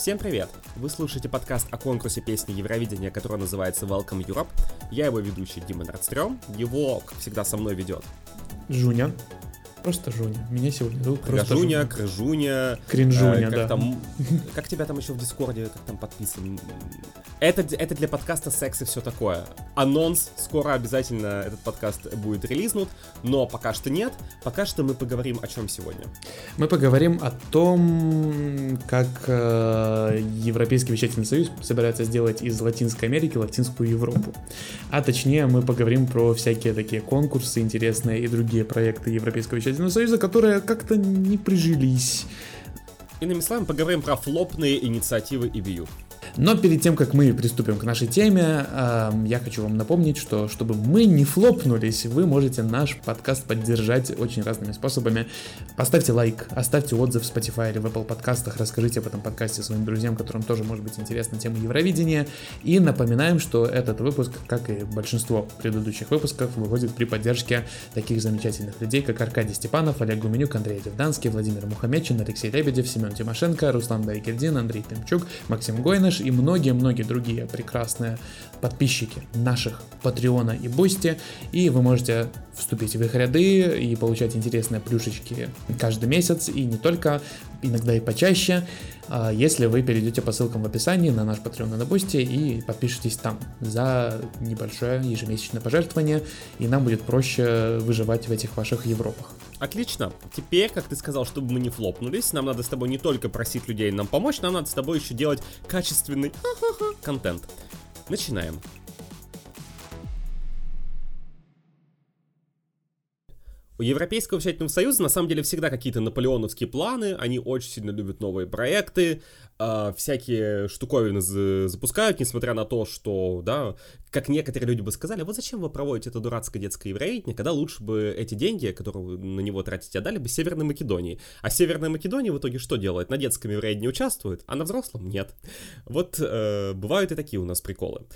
Всем привет! Вы слушаете подкаст о конкурсе песни Евровидения, который называется Welcome Europe. Я его ведущий Дима Нордстрём. Его, как всегда, со мной ведет Жуня. Просто Жуня. Меня сегодня зовут просто Жуня. Крыжуня. Кринжуня, как да. Там, как тебя там еще в Дискорде, как там подписан? Это для подкаста «Секс» и все такое. Анонс, скоро обязательно этот подкаст будет релизнут, но пока что нет. Пока что мы поговорим о чем сегодня. Мы поговорим о том, как Европейский вещательный союз собирается сделать из Латинской Америки Латинскую Европу. А точнее, мы поговорим про всякие такие конкурсы интересные и другие проекты Европейского вещательного союза, которые как-то не прижились. Иными словами, поговорим про флопные инициативы EBU. Но перед тем, как мы приступим к нашей теме, я хочу вам напомнить, что чтобы мы не флопнулись, вы можете наш подкаст поддержать очень разными способами. Поставьте лайк, оставьте отзыв в Spotify или в Apple подкастах, расскажите об этом подкасте своим друзьям, которым тоже может быть интересна тема Евровидения. И напоминаем, что этот выпуск, как и большинство предыдущих выпусков, выходит при поддержке таких замечательных людей, как Аркадий Степанов, Олег Гуменюк, Андрей Девданский, Владимир Мухамедчин, Алексей Лебедев, Семен Тимошенко, Руслан Байкердин, Андрей Тымчук, Максим Гойныш и многие-многие другие прекрасные подписчики наших Патреона и Бусти, и вы можете вступить в их ряды и получать интересные плюшечки каждый месяц, и не только, иногда и почаще, если вы перейдете по ссылкам в описании на наш Patreon и на Бусти и подпишитесь там за небольшое ежемесячное пожертвование, и нам будет проще выживать в этих ваших Европах. Отлично. Теперь, как ты сказал, чтобы мы не флопнулись, нам надо с тобой не только просить людей нам помочь, нам надо с тобой еще делать качественный контент. Начинаем. У Европейского вещательного союза на самом деле всегда какие-то наполеоновские планы, они очень сильно любят новые проекты, всякие штуковины запускают, несмотря на то, что, да, как некоторые люди бы сказали, вот зачем вы проводите это дурацкое детское Евровидение, когда лучше бы эти деньги, которые вы на него тратите, отдали бы Северной Македонии. А Северная Македония в итоге что делает? На детском Евровидении участвует, а на взрослом нет. Вот бывают и такие у нас приколы.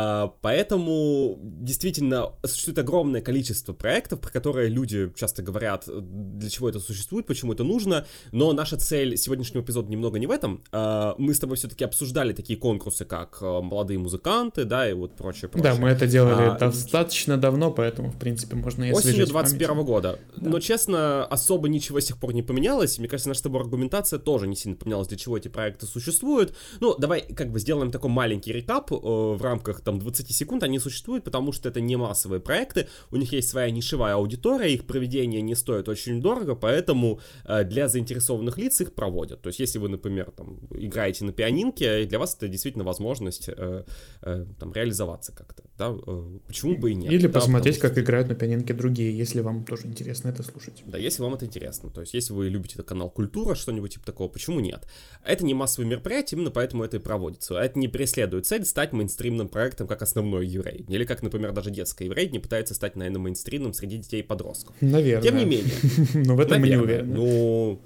Поэтому действительно существует огромное количество проектов, про которые люди часто говорят, для чего это существует, почему это нужно, но наша цель сегодняшнего эпизода немного не в этом. Мы с тобой все-таки обсуждали такие конкурсы, как «Молодые музыканты», да, и вот прочее. Да, мы это делали достаточно давно, поэтому, в принципе, можно и освежить осенью 2021 года. Да. Но, честно, особо ничего с тех пор не поменялось. Мне кажется, наша с тобой аргументация тоже не сильно поменялась, для чего эти проекты существуют. Ну, давай как бы сделаем такой маленький рекап в рамках там 20 секунд. Они существуют, потому что это не массовые проекты, у них есть своя нишевая аудитория, их проведение не стоит очень дорого, поэтому для заинтересованных лиц их проводят. То есть, если вы, например, там, играете на пианинке, для вас это действительно возможность там, реализоваться как-то, да, почему бы и нет. Или да, посмотреть, как играют на пианинке другие, если вам тоже интересно это слушать. Да, если вам это интересно, то есть, если вы любите этот канал «Культура», что-нибудь типа такого, почему нет? Это не массовое мероприятие, именно поэтому это и проводится. Это не преследует цель стать мейнстримным проектом, как основное Евровидение, или как, например, даже детское Евровидение пытается стать, наверное, мейнстримным среди детей и подростков. Наверное. Тем не менее. Но в этом мы не уверены. Ну,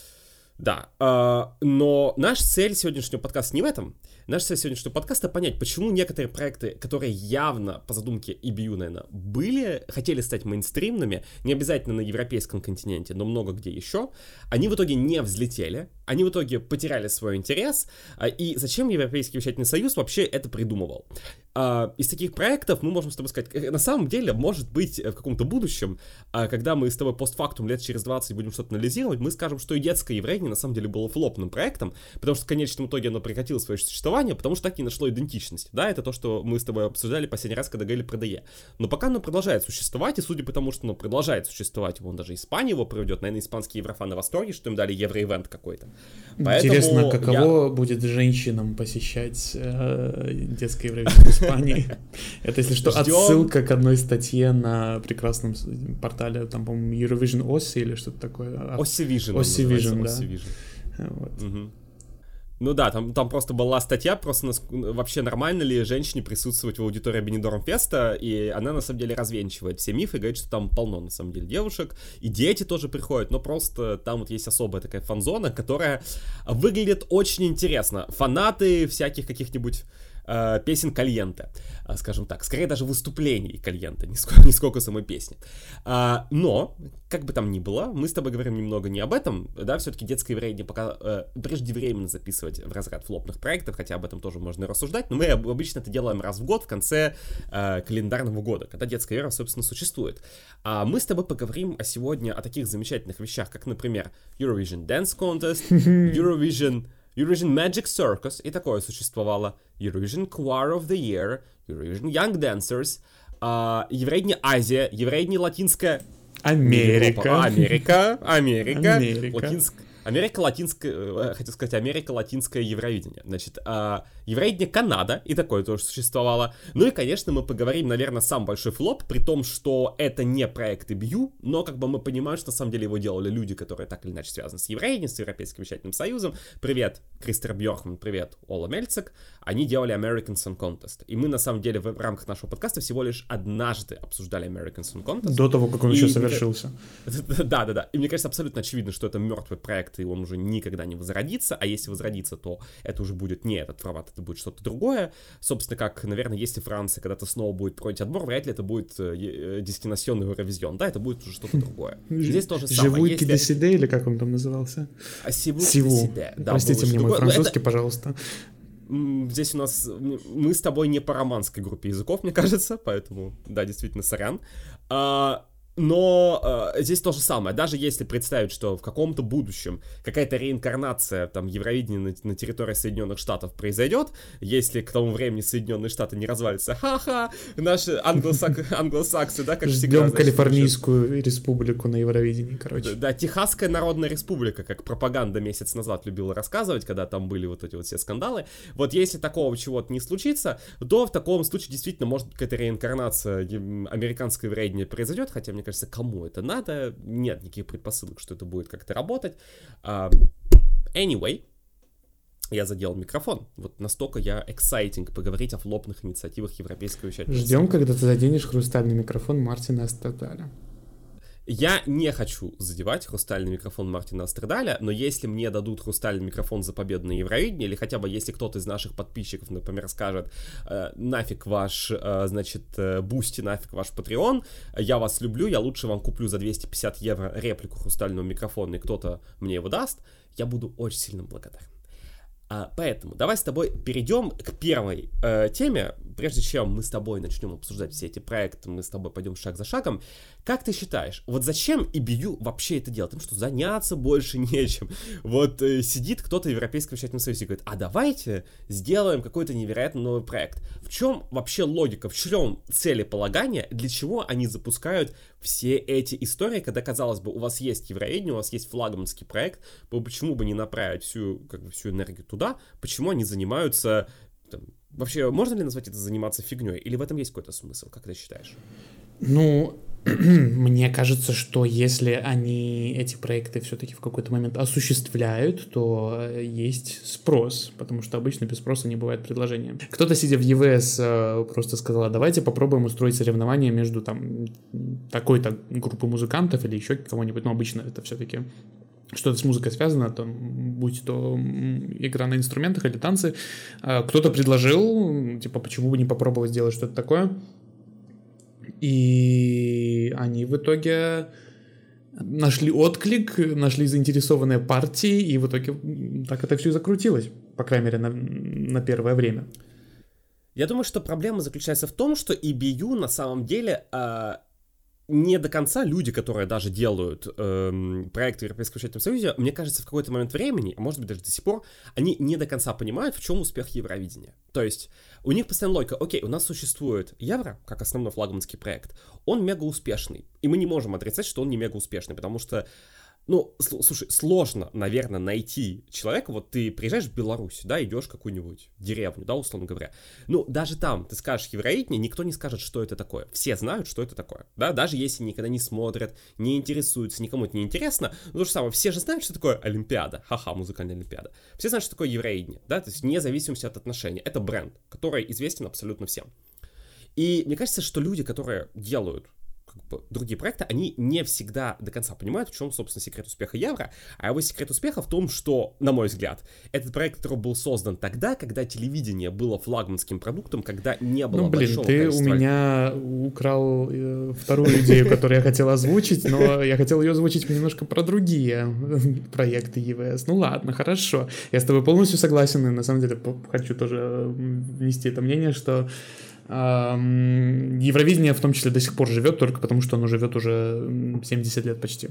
да. Но наша цель сегодняшнего подкаста не в этом. Наша цель сегодняшнего подкаста — понять, почему некоторые проекты, которые явно по задумке EBU, наверное, хотели стать мейнстримными, не обязательно на европейском континенте, но много где еще, они в итоге не взлетели, они в итоге потеряли свой интерес, и зачем Европейский вещательный союз вообще это придумывал? Из таких проектов мы можем с тобой сказать, на самом деле, может быть, в каком-то будущем, когда мы с тобой постфактум лет через 20 будем что-то анализировать, мы скажем, что и детское Евровидение на самом деле было флопным проектом, потому что в конечном итоге оно прекратило свое существование, потому что так не нашло идентичности. Да, это то, что мы с тобой обсуждали последний раз, когда говорили про ДЕ. Но пока оно продолжает существовать, и судя по тому, что оно продолжает существовать, вон даже Испания его проведет, наверное, испанские еврофаны в восторге, что им дали евроивент какой-то. Поэтому интересно, каково будет женщинам посещать детское Евровидение в Испании. Это, если что, отсылка к одной статье на прекрасном портале, там, по-моему, Eurovision Ossi или что-то такое. Ossi-Vision, да. Вот. Угу. Ну да, там просто была статья, просто вообще нормально ли женщине присутствовать в аудитории Бенидорм Феста, и она на самом деле развенчивает все мифы, говорит, что там полно на самом деле девушек, и дети тоже приходят, но просто там вот есть особая такая фан-зона, которая выглядит очень интересно. Фанаты всяких каких-нибудь песен Кальенте, скажем так. Скорее даже выступлений Кальенте, не сколько самой песни. Но, как бы там ни было, мы с тобой говорим немного не об этом, да, все-таки детское еврейство пока преждевременно записывать в разряд флопных проектов, хотя об этом тоже можно рассуждать, но мы обычно это делаем раз в год, в конце календарного года, когда детская вера, собственно, существует. А мы с тобой поговорим сегодня о таких замечательных вещах, как, например, Eurovision Dance Contest, Eurovision Magic Circus, и такое существовало, Eurovision Choir of the Year, Eurovision Young Dancers, Евровидение Азия, Евровидение Латинская Америка. Америка, латинское Евровидение. Значит, Евровидение Канада, и такое тоже существовало. Ну и, конечно, мы поговорим, наверное, самый большой флоп, при том, что это не проект EBU, но как бы мы понимаем, что на самом деле его делали люди, которые так или иначе связаны с Евровидением, с Европейским вещательным союзом. Привет, Кристер Бьоркман, привет, Ола Мельцик. Они делали American Song Contest. И мы, на самом деле, в рамках нашего подкаста всего лишь однажды обсуждали American Song Contest. До того, как он еще совершился. Да. И мне кажется, абсолютно очевидно, что это мертвый проект, и он уже никогда не возродится, а если возродится, то это уже будет не этот формат, это будет что-то другое. Собственно, как, наверное, если Франция когда-то снова будет проводить отбор, вряд ли это будет дестинасьонный Евровизион, да, это будет уже что-то другое. Здесь тоже самое. Живуйки де Сиде, или как он там назывался? Сиву. Простите мне мой французский, пожалуйста. Здесь у нас, мы с тобой не по романской группе языков, мне кажется, поэтому, да, действительно, сорян. Но здесь то же самое. Даже если представить, что в каком-то будущем какая-то реинкарнация там Евровидения на территории Соединенных Штатов произойдет, если к тому времени Соединенные Штаты не развалятся, ха-ха, наши англосаксы, да, как всегда. Ждем Калифорнийскую республику на Евровидении, короче. Да, Техасская Народная Республика, как пропаганда месяц назад любила рассказывать, когда там были вот эти вот все скандалы. Вот если такого чего-то не случится, то в таком случае действительно может быть какая-то реинкарнация американского Евровидения произойдет, хотя мне кажется, кому это надо, нет никаких предпосылок, что это будет как-то работать. Anyway, я задел микрофон. Вот настолько я exciting поговорить о флопных инициативах Европейского вещательного союза. Ждем, когда ты заденешь хрустальный микрофон Мартина Астрадаля. Я не хочу задевать хрустальный микрофон Мартина Астрадаля, но если мне дадут хрустальный микрофон за победу на Евровидении, или хотя бы если кто-то из наших подписчиков, например, скажет, нафиг ваш, значит, Бусти, нафиг ваш Patreon, я вас люблю, я лучше вам куплю за 250 евро реплику хрустального микрофона, и кто-то мне его даст, я буду очень сильно благодарен. Поэтому давай с тобой перейдем к первой теме. Прежде чем мы с тобой начнем обсуждать все эти проекты, мы с тобой пойдем шаг за шагом. Как ты считаешь, вот зачем EBU вообще это делает? Потому что заняться больше нечем. Вот сидит кто-то в Европейском вещательном союзе и говорит, а давайте сделаем какой-то невероятно новый проект. В чем вообще логика, в чем целеполагание, для чего они запускают все эти истории, когда, казалось бы, у вас есть Евровидение, у вас есть флагманский проект, почему бы не направить всю энергию туда, почему они занимаются... Вообще, можно ли назвать это заниматься фигней? Или в этом есть какой-то смысл? Как ты считаешь? Ну, мне кажется, что если они эти проекты все-таки в какой-то момент осуществляют, то есть спрос, потому что обычно без спроса не бывает предложения. Кто-то, сидя в ЕВС, просто сказал, давайте попробуем устроить соревнования между там такой-то группой музыкантов или еще кого-нибудь, но обычно это все-таки... что-то с музыкой связано, там, будь то игра на инструментах или танцы. Кто-то предложил, типа, почему бы не попробовать сделать что-то такое. И они в итоге нашли отклик, нашли заинтересованные партии, и в итоге так это все и закрутилось, по крайней мере, на первое время. Я думаю, что проблема заключается в том, что EBU на самом деле... не до конца люди, которые даже делают проекты в Европейском вещательном союзе, мне кажется, в какой-то момент времени, а может быть даже до сих пор, они не до конца понимают, в чем успех Евровидения. То есть у них постоянно логика, окей, у нас существует Евро, как основной флагманский проект, он мега успешный, и мы не можем отрицать, что он не мега успешный, потому что ну, слушай, сложно, наверное, найти человека, вот ты приезжаешь в Беларусь, да, идешь в какую-нибудь деревню, да, условно говоря, ну, даже там ты скажешь Евровидение, никто не скажет, что это такое, все знают, что это такое, да, даже если никогда не смотрят, не интересуются, никому это не интересно, но то же самое, все же знают, что такое Олимпиада, ха-ха, музыкальная Олимпиада, все знают, что такое Евровидение, да, то есть вне зависимости от отношений, это бренд, который известен абсолютно всем. И мне кажется, что люди, которые делают как бы, другие проекты, они не всегда до конца понимают, в чем, собственно, секрет успеха Евро, а его секрет успеха в том, что, на мой взгляд, этот проект, который был создан тогда, когда телевидение было флагманским продуктом, когда не было большого количества... ты у меня украл вторую идею, которую я хотел озвучить, но я хотел ее озвучить немножко про другие проекты ЕВС. Ну ладно, хорошо. Я с тобой полностью согласен, и на самом деле хочу тоже внести это мнение, что Евровидение в том числе до сих пор живет, только потому что оно живет уже 70 лет почти.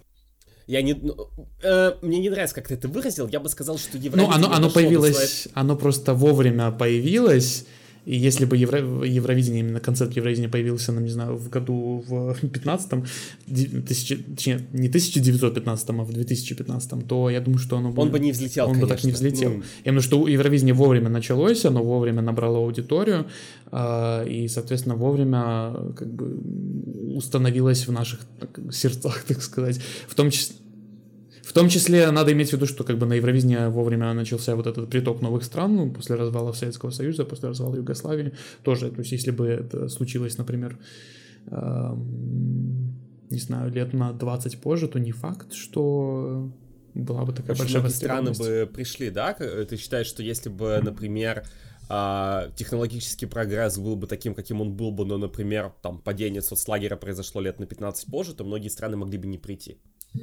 Мне не нравится, как ты это выразил. Я бы сказал, что Евровидение... оно появилось, оно просто вовремя появилось. И если бы Евровидение, именно концепт Евровидения появился, не знаю, в году в 15-м, точнее, не 1915-м, а в 2015-м, то я думаю, что оно бы... Он бы не взлетел, Он бы так не взлетел. Именно что Евровидение вовремя началось, оно вовремя набрало аудиторию, и, соответственно, вовремя как бы установилось в наших сердцах, так сказать. В том числе надо иметь в виду, что как бы на Евровидении вовремя начался вот этот приток новых стран, после развала Советского Союза, после развала Югославии тоже. То есть если бы это случилось, например, не знаю, лет на 20 позже, то не факт, что была бы такая большая востребованность. Страны бы пришли, да? Ты считаешь, что если бы, например, технологический прогресс был бы таким, каким он был бы, но, например, там падение соцлагеря произошло лет на 15 позже, то многие страны могли бы не прийти?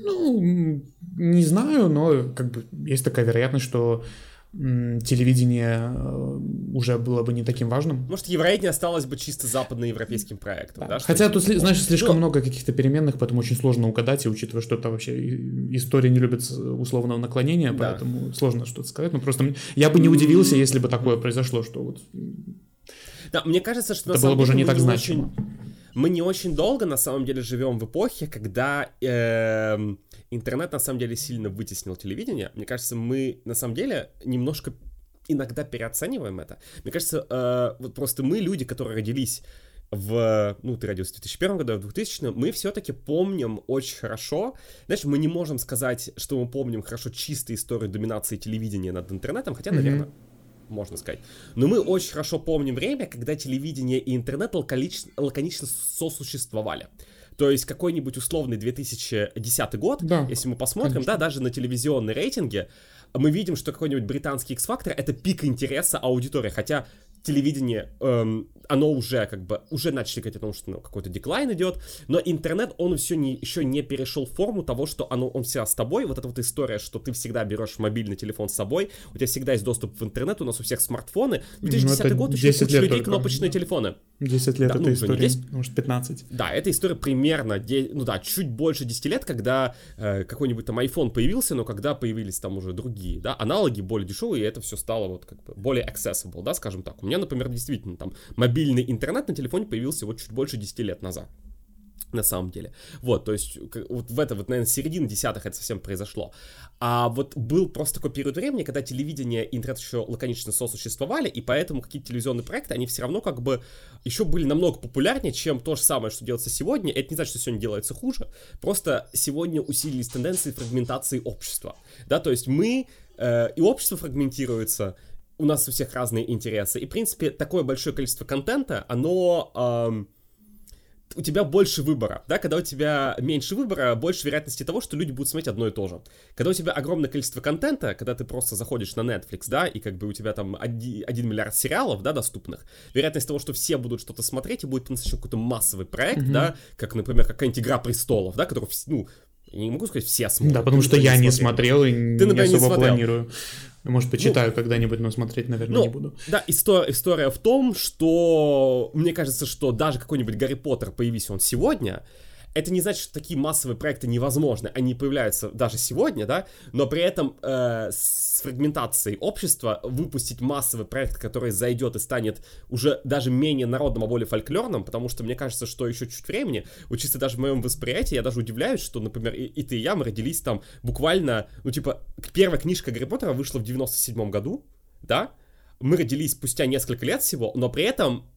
Не знаю, но как бы есть такая вероятность, что телевидение уже было бы не таким важным. Может, Евровидение осталось бы чисто западноевропейским проектом, да? Хотя тут, знаешь, слишком много каких-то переменных, поэтому очень сложно угадать, и учитывая, что это вообще история не любит условного наклонения, поэтому сложно что-то сказать. Но просто я бы не удивился, если бы такое произошло, что вот... Да, мне кажется, что это было бы уже не так значимо. Мы не очень долго, на самом деле, живем в эпохе, когда интернет, на самом деле, сильно вытеснил телевидение. Мне кажется, мы, на самом деле, немножко иногда переоцениваем это. Мне кажется, вот просто мы, люди, которые родились ты родился в 2001 году, в 2000, мы все-таки помним очень хорошо. Знаешь, мы не можем сказать, что мы помним хорошо чистую историю доминации телевидения над интернетом, хотя, наверное... можно сказать. Но мы очень хорошо помним время, когда телевидение и интернет лаконично сосуществовали. То есть какой-нибудь условный 2010 год, если мы посмотрим, даже на телевизионные рейтинги, мы видим, что какой-нибудь британский X-Factor — это пик интереса аудитории, хотя телевидение, оно уже уже начали говорить о том, что какой-то деклайн идет, но интернет, он еще не перешел в форму того, что он всегда с тобой, вот эта вот история, что ты всегда берешь мобильный телефон с собой, у тебя всегда есть доступ в интернет, у нас у всех смартфоны, 2010 год еще куча людей только. Кнопочные телефоны. 10 лет это история, может 15. Да, это история примерно, чуть больше 10 лет, когда какой-нибудь там iPhone появился, но когда появились там уже другие, аналоги более дешевые, и это все стало вот как бы более accessible, скажем так. У меня, например, действительно там мобильный интернет на телефоне появился вот чуть больше 10 лет назад. На самом деле. Вот, то есть, вот в это, вот, наверное, середина десятых это совсем произошло. А вот был просто такой период времени, когда телевидение и интернет еще лаконично сосуществовали, и поэтому какие-то телевизионные проекты, они все равно как бы еще были намного популярнее, чем то же самое, что делается сегодня. Это не значит, что сегодня делается хуже, просто сегодня усилились тенденции фрагментации общества. Да, то есть мы, и общество фрагментируется, у нас у всех разные интересы, и, в принципе, такое большое количество контента, оно... у тебя больше выбора, да, когда у тебя меньше выбора, больше вероятности того, что люди будут смотреть одно и то же. Когда у тебя огромное количество контента, когда ты просто заходишь на Netflix, да, и как бы у тебя там 1 миллиард сериалов, да, доступных, вероятность того, что все будут что-то смотреть, и будет по-настоящему какой-то массовый проект, да, как, например, какая-нибудь «Игра престолов», да, который, я не могу сказать, все смотрят. Да, потому что я не смотрел и не особо планирую. Может, почитаю когда-нибудь, но смотреть, наверное, не буду. Да, история в том, что мне кажется, что даже какой-нибудь Гарри Поттер, появись он сегодня, это не значит, что такие массовые проекты невозможны. Они появляются даже сегодня, да, но при этом с фрагментацией общества выпустить массовый проект, который зайдет и станет уже даже менее народным, а более фольклорным, потому что мне кажется, что еще чуть времени, вот чисто даже в моем восприятии, я даже удивляюсь, что, например, и ты, и я, мы родились там буквально, первая книжка Гарри Поттера вышла в 97-м году, да, мы родились спустя несколько лет всего, но при этом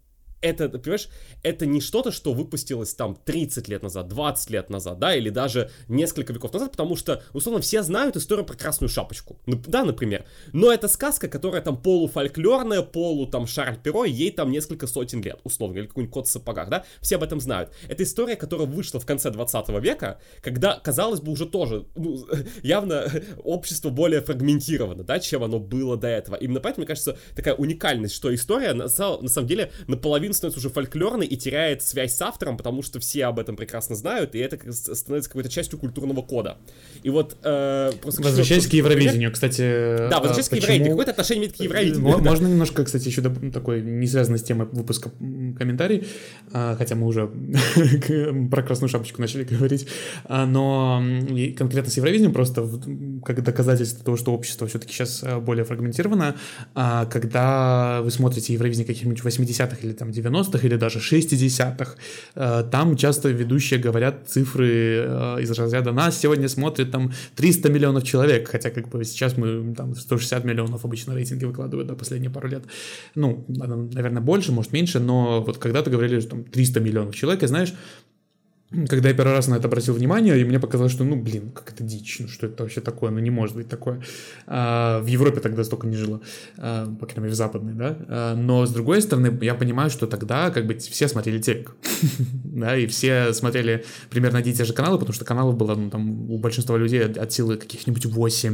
это, понимаешь, это не что-то, что выпустилось там 30 лет назад, 20 лет назад, да, или даже несколько веков назад, потому что, условно, все знают историю про Красную Шапочку, да, например, но это сказка, которая там полуфольклорная, там Шарль Перро, ей там несколько сотен лет, условно, или какой-нибудь кот в сапогах, да, все об этом знают. Это история, которая вышла в конце 20 века, когда, казалось бы, уже тоже, явно общество более фрагментировано, да, чем оно было до этого. Именно поэтому, мне кажется, такая уникальность, что история, на самом деле, наполовину становится уже фольклорной и теряет связь с автором, потому что все об этом прекрасно знают, и это становится какой-то частью культурного кода. И вот... Возвращаясь к Евровидению, кстати... Да, возвращаясь к Евровидению. Какое-то отношение имеет к Евровидению? Можно немножко, кстати, еще такой, не связанный с темой выпуска комментарий, хотя мы уже про Красную Шапочку начали говорить, но конкретно с Евровидением просто как доказательство того, что общество все-таки сейчас более фрагментировано, когда вы смотрите Евровидение каких-нибудь 80-х или там 90-х или даже 60-х, там часто ведущие говорят цифры из разряда «нас сегодня смотрит там 300 миллионов человек», хотя как бы сейчас мы там 160 миллионов обычно рейтинги выкладывают, да, последние пару лет. Ну, наверное, больше, может, меньше, но вот когда-то говорили, что там 300 миллионов человек, и знаешь, когда я первый раз на это обратил внимание, и мне показалось, что, как это дичь, что это вообще такое, не может быть такое. В Европе тогда столько не жило, по крайней мере, в западной, да. Но, с другой стороны, я понимаю, что тогда как бы все смотрели телек, да, и все смотрели примерно одни и те же каналы, потому что каналов было, там, у большинства людей от силы каких-нибудь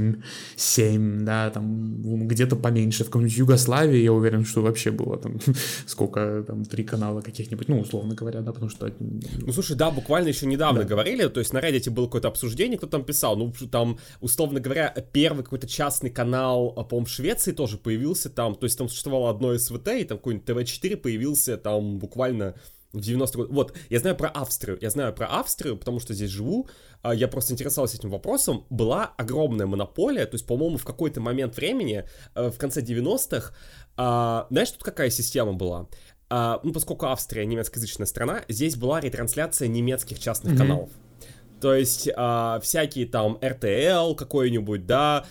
8-7, да, там, где-то поменьше. В какой-нибудь Югославии, я уверен, что вообще было там, сколько, там, 3 канала каких-нибудь, условно говоря, да, потому что... слушай, да, буквально еще недавно говорили, то есть на Reddit было какое-то обсуждение, кто там писал, там, условно говоря, первый какой-то частный канал, по-моему, в Швеции тоже появился там, то есть там существовало одно СВТ, и там какой-нибудь ТВ4 появился там буквально в 90-е годы. Вот, я знаю про Австрию, потому что здесь живу, я просто интересовался этим вопросом, была огромная монополия, то есть, по-моему, в какой-то момент времени, в конце 90-х, знаешь, тут какая система была? Поскольку Австрия немецкоязычная страна, здесь была ретрансляция немецких частных каналов. То есть всякие там RTL какой-нибудь, да,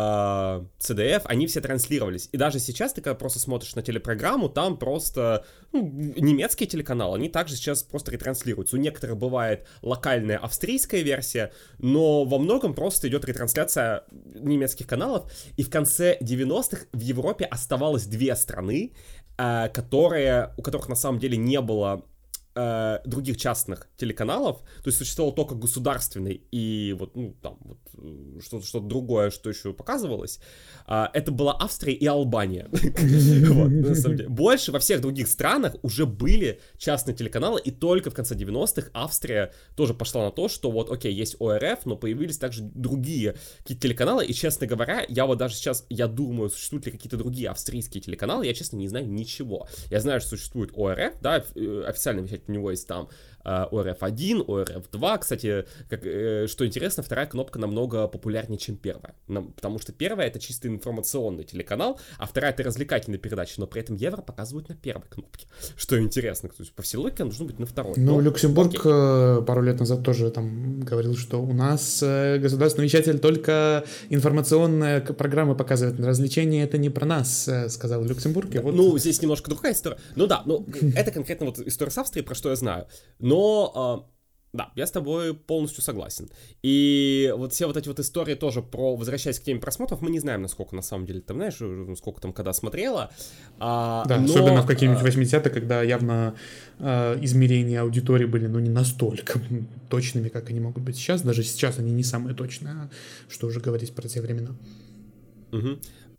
CDF, они все транслировались. И даже сейчас ты когда просто смотришь на телепрограмму, там просто немецкие телеканалы, они также сейчас просто ретранслируются. У некоторых бывает локальная австрийская версия, но во многом просто идет ретрансляция немецких каналов. И в конце 90-х в Европе оставалось 2 страны, у которых на самом деле не было других частных телеканалов, то есть существовал только государственный и вот, что-то другое, что еще показывалось, это была Австрия и Албания. На самом деле. Больше во всех других странах уже были частные телеканалы, и только в конце 90-х Австрия тоже пошла на то, что вот, окей, есть ОРФ, но появились также другие какие-то телеканалы, и, честно говоря, я вот даже сейчас, я думаю, существуют ли какие-то другие австрийские телеканалы, я, честно, не знаю ничего. Я знаю, что существует ОРФ, да, официально вещать у него есть там ORF1, ORF2. Кстати, что интересно, вторая кнопка намного популярнее, чем первая. Потому что первая — это чисто информационный телеканал, а вторая — это развлекательная передача. Но при этом Евро показывают на первой кнопке. Что интересно. То есть, по всей логике, должно быть на второй. Люксембург пару лет назад тоже там говорил, что у нас государственный вещатель только информационные программы показывает. Развлечения — это не про нас, сказал Люксембург. Да, вот... здесь немножко другая история. Это конкретно вот история с Австрией, про что я знаю. Но, да, я с тобой полностью согласен. И вот все вот эти вот истории тоже про, возвращаясь к теме просмотров, мы не знаем, насколько на самом деле, там, знаешь, сколько там когда смотрела. Да, особенно в какие-нибудь 80-е, когда явно измерения аудитории были, не настолько точными, как они могут быть сейчас. Даже сейчас они не самые точные, что уже говорить про те времена. Угу.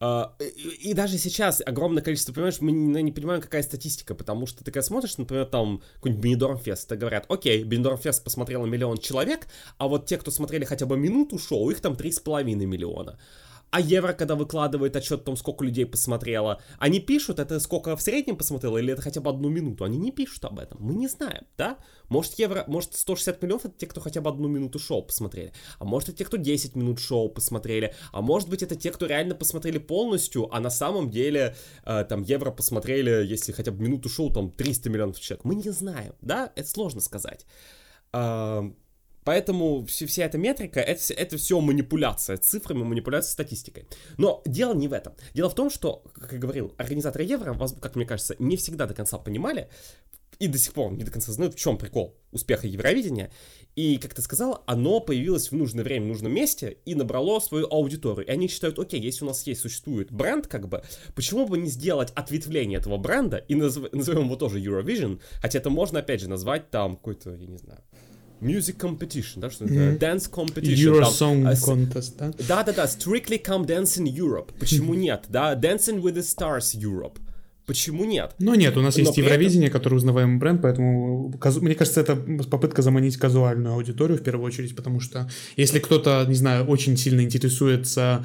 И даже сейчас огромное количество, понимаешь, мы не понимаем, какая статистика, потому что ты когда смотришь, например, там какой-нибудь Бенидорм-фест, ты говорят, окей, Бенидорм-фест посмотрело 1 миллион человек, а вот те, кто смотрели хотя бы минуту шоу, их там 3,5 миллиона. А Евро, когда выкладывает отчет о том, сколько людей посмотрело, они пишут, это сколько в среднем посмотрело, или это хотя бы 1 минуту? Они не пишут об этом, мы не знаем, да? Может, 160 миллионов — это те, кто хотя бы 1 минуту шоу посмотрели, а может, это те, кто 10 минут шоу посмотрели, а может быть, это те, кто реально посмотрели полностью, а на самом деле, там, Евро посмотрели, если хотя бы минуту шоу, там, 300 миллионов человек. Мы не знаем, да? Это сложно сказать. Поэтому вся эта метрика, это все манипуляция цифрами, манипуляция статистикой. Но дело не в этом. Дело в том, что, как я говорил, организаторы Евро, как мне кажется, не всегда до конца понимали, и до сих пор не до конца знают, в чем прикол успеха Евровидения. И, как ты сказал, оно появилось в нужное время, в нужном месте и набрало свою аудиторию. И они считают, окей, если у нас существует бренд, как бы, почему бы не сделать ответвление этого бренда и назовем его тоже Eurovision, хотя это можно, опять же, назвать там какой-то, я не знаю, music competition, да, что это? Dance competition. Eurosong contest, да? Да-да-да, Strictly Come Dancing Europe. Почему нет, да? Dancing with the Stars Europe. Почему нет? Ну нет, у нас есть Евровидение, который узнаваемый бренд, поэтому, мне кажется, это попытка заманить казуальную аудиторию в первую очередь, потому что если кто-то, не знаю, очень сильно интересуется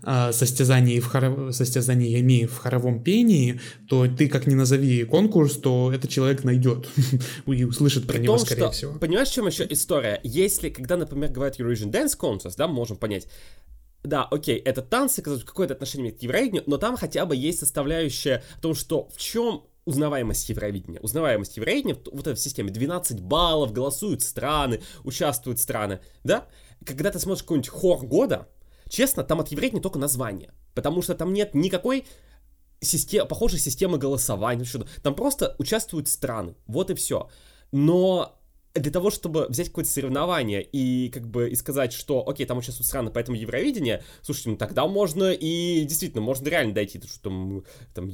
состязаниями в хоровом пении, то ты как ни назови конкурс, то этот человек найдет и услышит про него, скорее всего. Понимаешь, в чем еще история? Если, когда, например, говорят Eurovision Dance Contest, да, мы можем понять, да, окей, это танцы, какое-то отношение имеет к Евровидению, но там хотя бы есть составляющая о том, что в чем узнаваемость Евровидения. Узнаваемость Евровидения вот этой в системе 12 баллов, голосуют страны, участвуют страны, да? Когда ты смотришь какой-нибудь хор года, честно, там от Евровидения только название, потому что там нет никакой похожей системы голосования, там просто участвуют страны, вот и все. Но для того, чтобы взять какое-то соревнование и как бы и сказать, что окей, там участвуют страны, поэтому Евровидение, слушайте, ну тогда можно и действительно, можно реально дойти, что там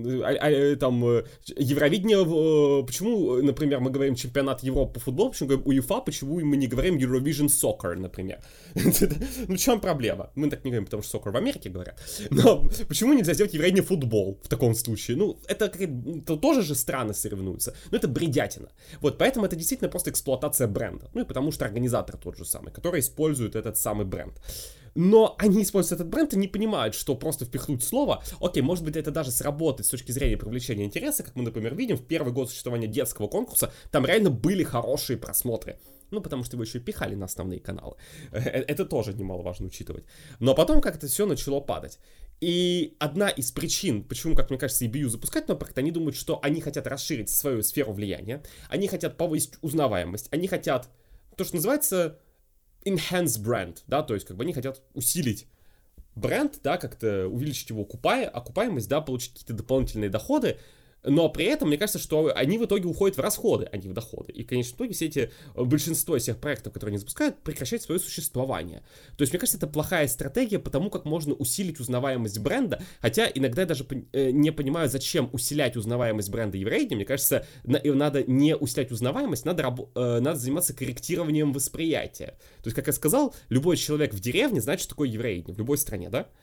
Евровидение, почему, например, мы говорим чемпионат Европы по футболу, почему говорим УЕФА, почему мы не говорим Eurovision Soccer, например? Ну в чем проблема? Мы так не говорим, потому что soccer в Америке говорят. Но почему нельзя сделать Евровидение футбол в таком случае? Ну, это тоже же страны соревнуются, но это бредятина. Вот, поэтому это действительно просто эксплуатация бренда. Ну и потому что организатор тот же самый, который использует этот самый бренд. Но они используют этот бренд и не понимают, что просто впихнуть слово, окей, может быть, это даже сработает с точки зрения привлечения интереса, как мы, например, видим, в первый год существования детского конкурса, там реально были хорошие просмотры. Ну, потому что его еще и пихали на основные каналы. Это тоже немаловажно учитывать. Но потом как-то все начало падать. И одна из причин, почему, как мне кажется, EBU запускать новый проект, они думают, что они хотят расширить свою сферу влияния, они хотят повысить узнаваемость, они хотят то, что называется enhance brand, да, то есть как бы они хотят усилить бренд, да, как-то увеличить его окупаемость, да, получить какие-то дополнительные доходы, но при этом, мне кажется, что они в итоге уходят в расходы, а не в доходы. И в конечном итоге большинство из всех проектов, которые они запускают, прекращают свое существование. То есть, мне кажется, это плохая стратегия по тому, как можно усилить узнаваемость бренда, хотя иногда я даже не понимаю, зачем усилять узнаваемость бренда Евровидения. Мне кажется, надо не усилять узнаваемость, надо заниматься корректированием восприятия. То есть, как я сказал, любой человек в деревне знает, что такое Евровидение, в любой стране, да?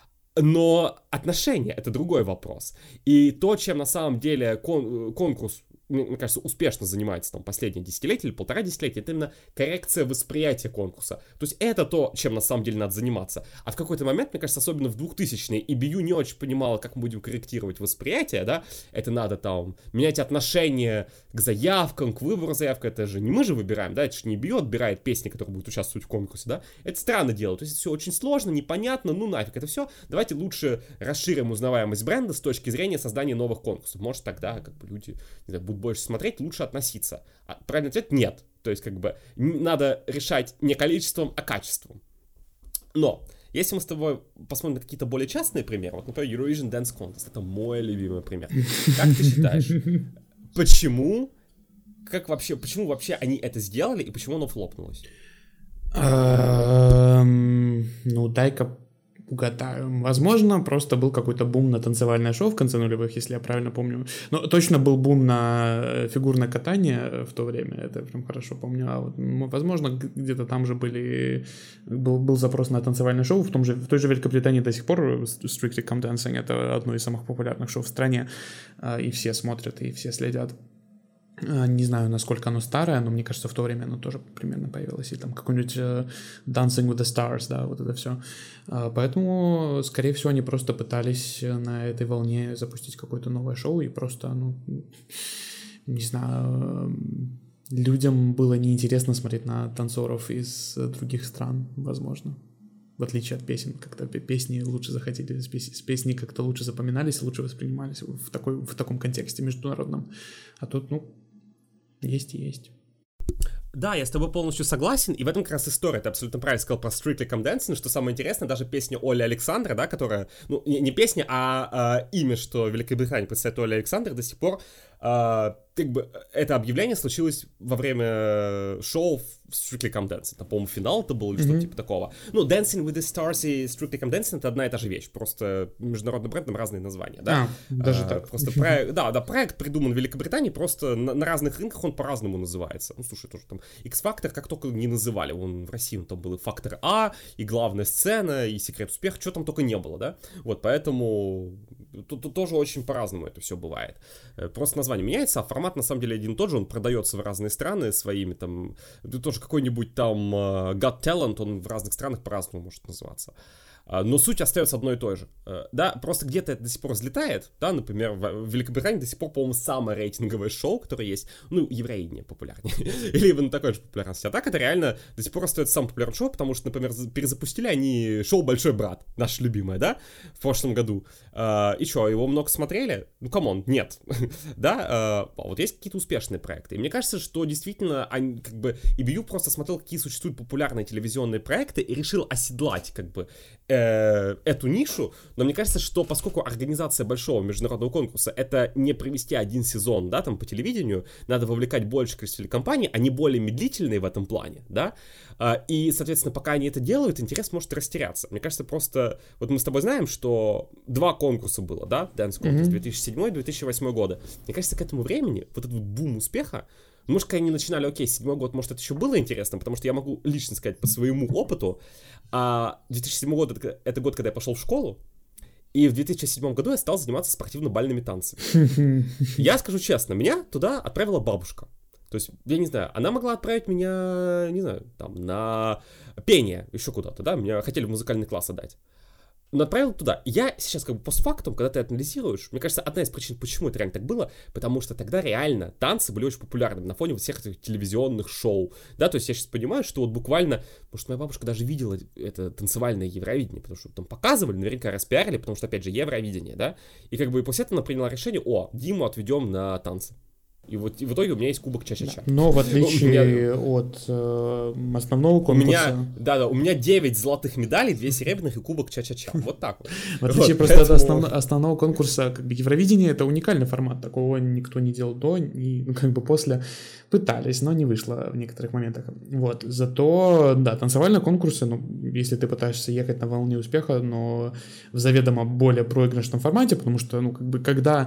Но отношения — это другой вопрос. И то, чем на самом деле конкурс, мне кажется, успешно занимается там последние десятилетия или полтора десятилетия, это именно коррекция восприятия конкурса. То есть это то, чем на самом деле надо заниматься. А в какой-то момент, мне кажется, особенно в 2000-е, EBU не очень понимала, как мы будем корректировать восприятие, да, это надо там менять отношение к заявкам, к выбору заявок, это же не мы же выбираем, да, это же не EBU отбирает песни, которые будут участвовать в конкурсе, да, это странно дело, то есть это все очень сложно, непонятно, ну нафиг это все, давайте лучше расширим узнаваемость бренда с точки зрения создания новых конкурсов, может тогда как бы люди, не знаю, будут больше смотреть, лучше относиться. А правильный ответ — нет. То есть, как бы, надо решать не количеством, а качеством. Но, если мы с тобой посмотрим на какие-то более частные примеры, вот, например, Eurovision Dance Contest, это мой любимый пример. Как ты считаешь, почему вообще они это сделали и почему оно флопнулось? Ну, дай-ка угадаю. Возможно, просто был какой-то бум на танцевальное шоу в конце нулевых, если я правильно помню. Но точно был бум на фигурное катание в то время, это я прям хорошо помню. А вот, возможно, где-то там же был запрос на танцевальное шоу. В той же Великобритании до сих пор Strictly Come Dancing — это одно из самых популярных шоу в стране. И все смотрят, и все следят. Не знаю, насколько оно старое, но мне кажется, в то время оно тоже примерно появилось. И там какой-нибудь Dancing with the Stars, да, вот это все. Поэтому, скорее всего, они просто пытались на этой волне запустить какое-то новое шоу, и просто, не знаю, людям было неинтересно смотреть на танцоров из других стран, возможно. В отличие от песен, как-то песни лучше заходили, с песни как-то лучше запоминались, лучше воспринимались в таком контексте международном. А тут, есть и есть. Да, я с тобой полностью согласен, и в этом как раз история. Ты абсолютно правильно сказал про Strictly Come Dancing, что самое интересное, даже песня Оли Александра, да, которая, ну, не песня, а имя, что Великобритания представляет Оли Александр, до сих пор, как бы, это объявление случилось во время шоу Strictly Come Dancing. Там, по-моему, финал это был или что-то типа такого. Ну, Dancing with the Stars и Strictly Come Dancing — это одна и та же вещь, просто международный бренд, там разные названия, да? Даже так. Просто проект придуман в Великобритании, просто на разных рынках он по-разному называется. Ну, слушай, тоже там X-Factor как только не называли, он в России там был и Фактор А, и главная сцена, и Секрет успеха, что там только не было, да? Вот, поэтому тут тоже очень по-разному это все бывает. Просто название меняется, а формат на самом деле один и тот же, он продается в разные страны своими там, тоже какой-нибудь там Got Talent, он в разных странах по-разному может называться. Но суть остается одной и той же. Да, просто где-то это до сих пор взлетает, да, например, в Великобритании до сих пор, по-моему, самое рейтинговое шоу, которое есть, ну, Евровидение популярнее, или на такой же популярности. А так это реально до сих пор остается самым популярным шоу, потому что, например, перезапустили они шоу «Большой брат», наше любимое, да, в прошлом году. И что, его много смотрели? Ну, камон, нет. Да, вот есть какие-то успешные проекты. И мне кажется, что действительно, они, как бы, EBU просто смотрел, какие существуют популярные телевизионные проекты и решил оседлать, как бы, эту нишу, но мне кажется, что поскольку организация большого международного конкурса — это не провести один сезон, да, там по телевидению, надо вовлекать больше количество компаний, они более медлительные в этом плане, да, и, соответственно, пока они это делают, интерес может растеряться. Мне кажется, просто, вот мы с тобой знаем, что 2 конкурса было, да, Dance Contest 2007 и 2008 года. Мне кажется, к этому времени вот этот бум успеха, может, когда они начинали, окей, 7-й год, может, это еще было интересно, потому что я могу лично сказать по своему опыту, 2007 год — это год, когда я пошел в школу, и в 2007 году я стал заниматься спортивно-бальными танцами. Я скажу честно, меня туда отправила бабушка. То есть, я не знаю, она могла отправить меня, не знаю, там, на пение, еще куда-то, да, меня хотели в музыкальный класс отдать. Но отправил туда. Я сейчас как бы постфактум, когда ты это анализируешь, мне кажется, одна из причин, почему это реально так было, потому что тогда реально танцы были очень популярными на фоне вот всех этих телевизионных шоу, да, то есть я сейчас понимаю, что вот буквально, может, моя бабушка даже видела это танцевальное Евровидение, потому что там показывали, наверняка распиарили, потому что, опять же, Евровидение, да, и как бы и после этого она приняла решение, Диму отведем на танцы. И вот и в итоге у меня есть кубок Ча-Ча-Ча. Но в отличие от основного конкурса... У меня 9 золотых медалей, 2 серебряных и кубок Ча-Ча-Ча. Вот так вот. В отличие просто от основного конкурса, как бы Евровидение — это уникальный формат. Такого никто не делал до, и как бы после пытались, но не вышло в некоторых моментах. Вот. Зато, да, танцевальные конкурсы, ну, если ты пытаешься ехать на волне успеха, но в заведомо более проигрышном формате, потому что, ну, как бы, когда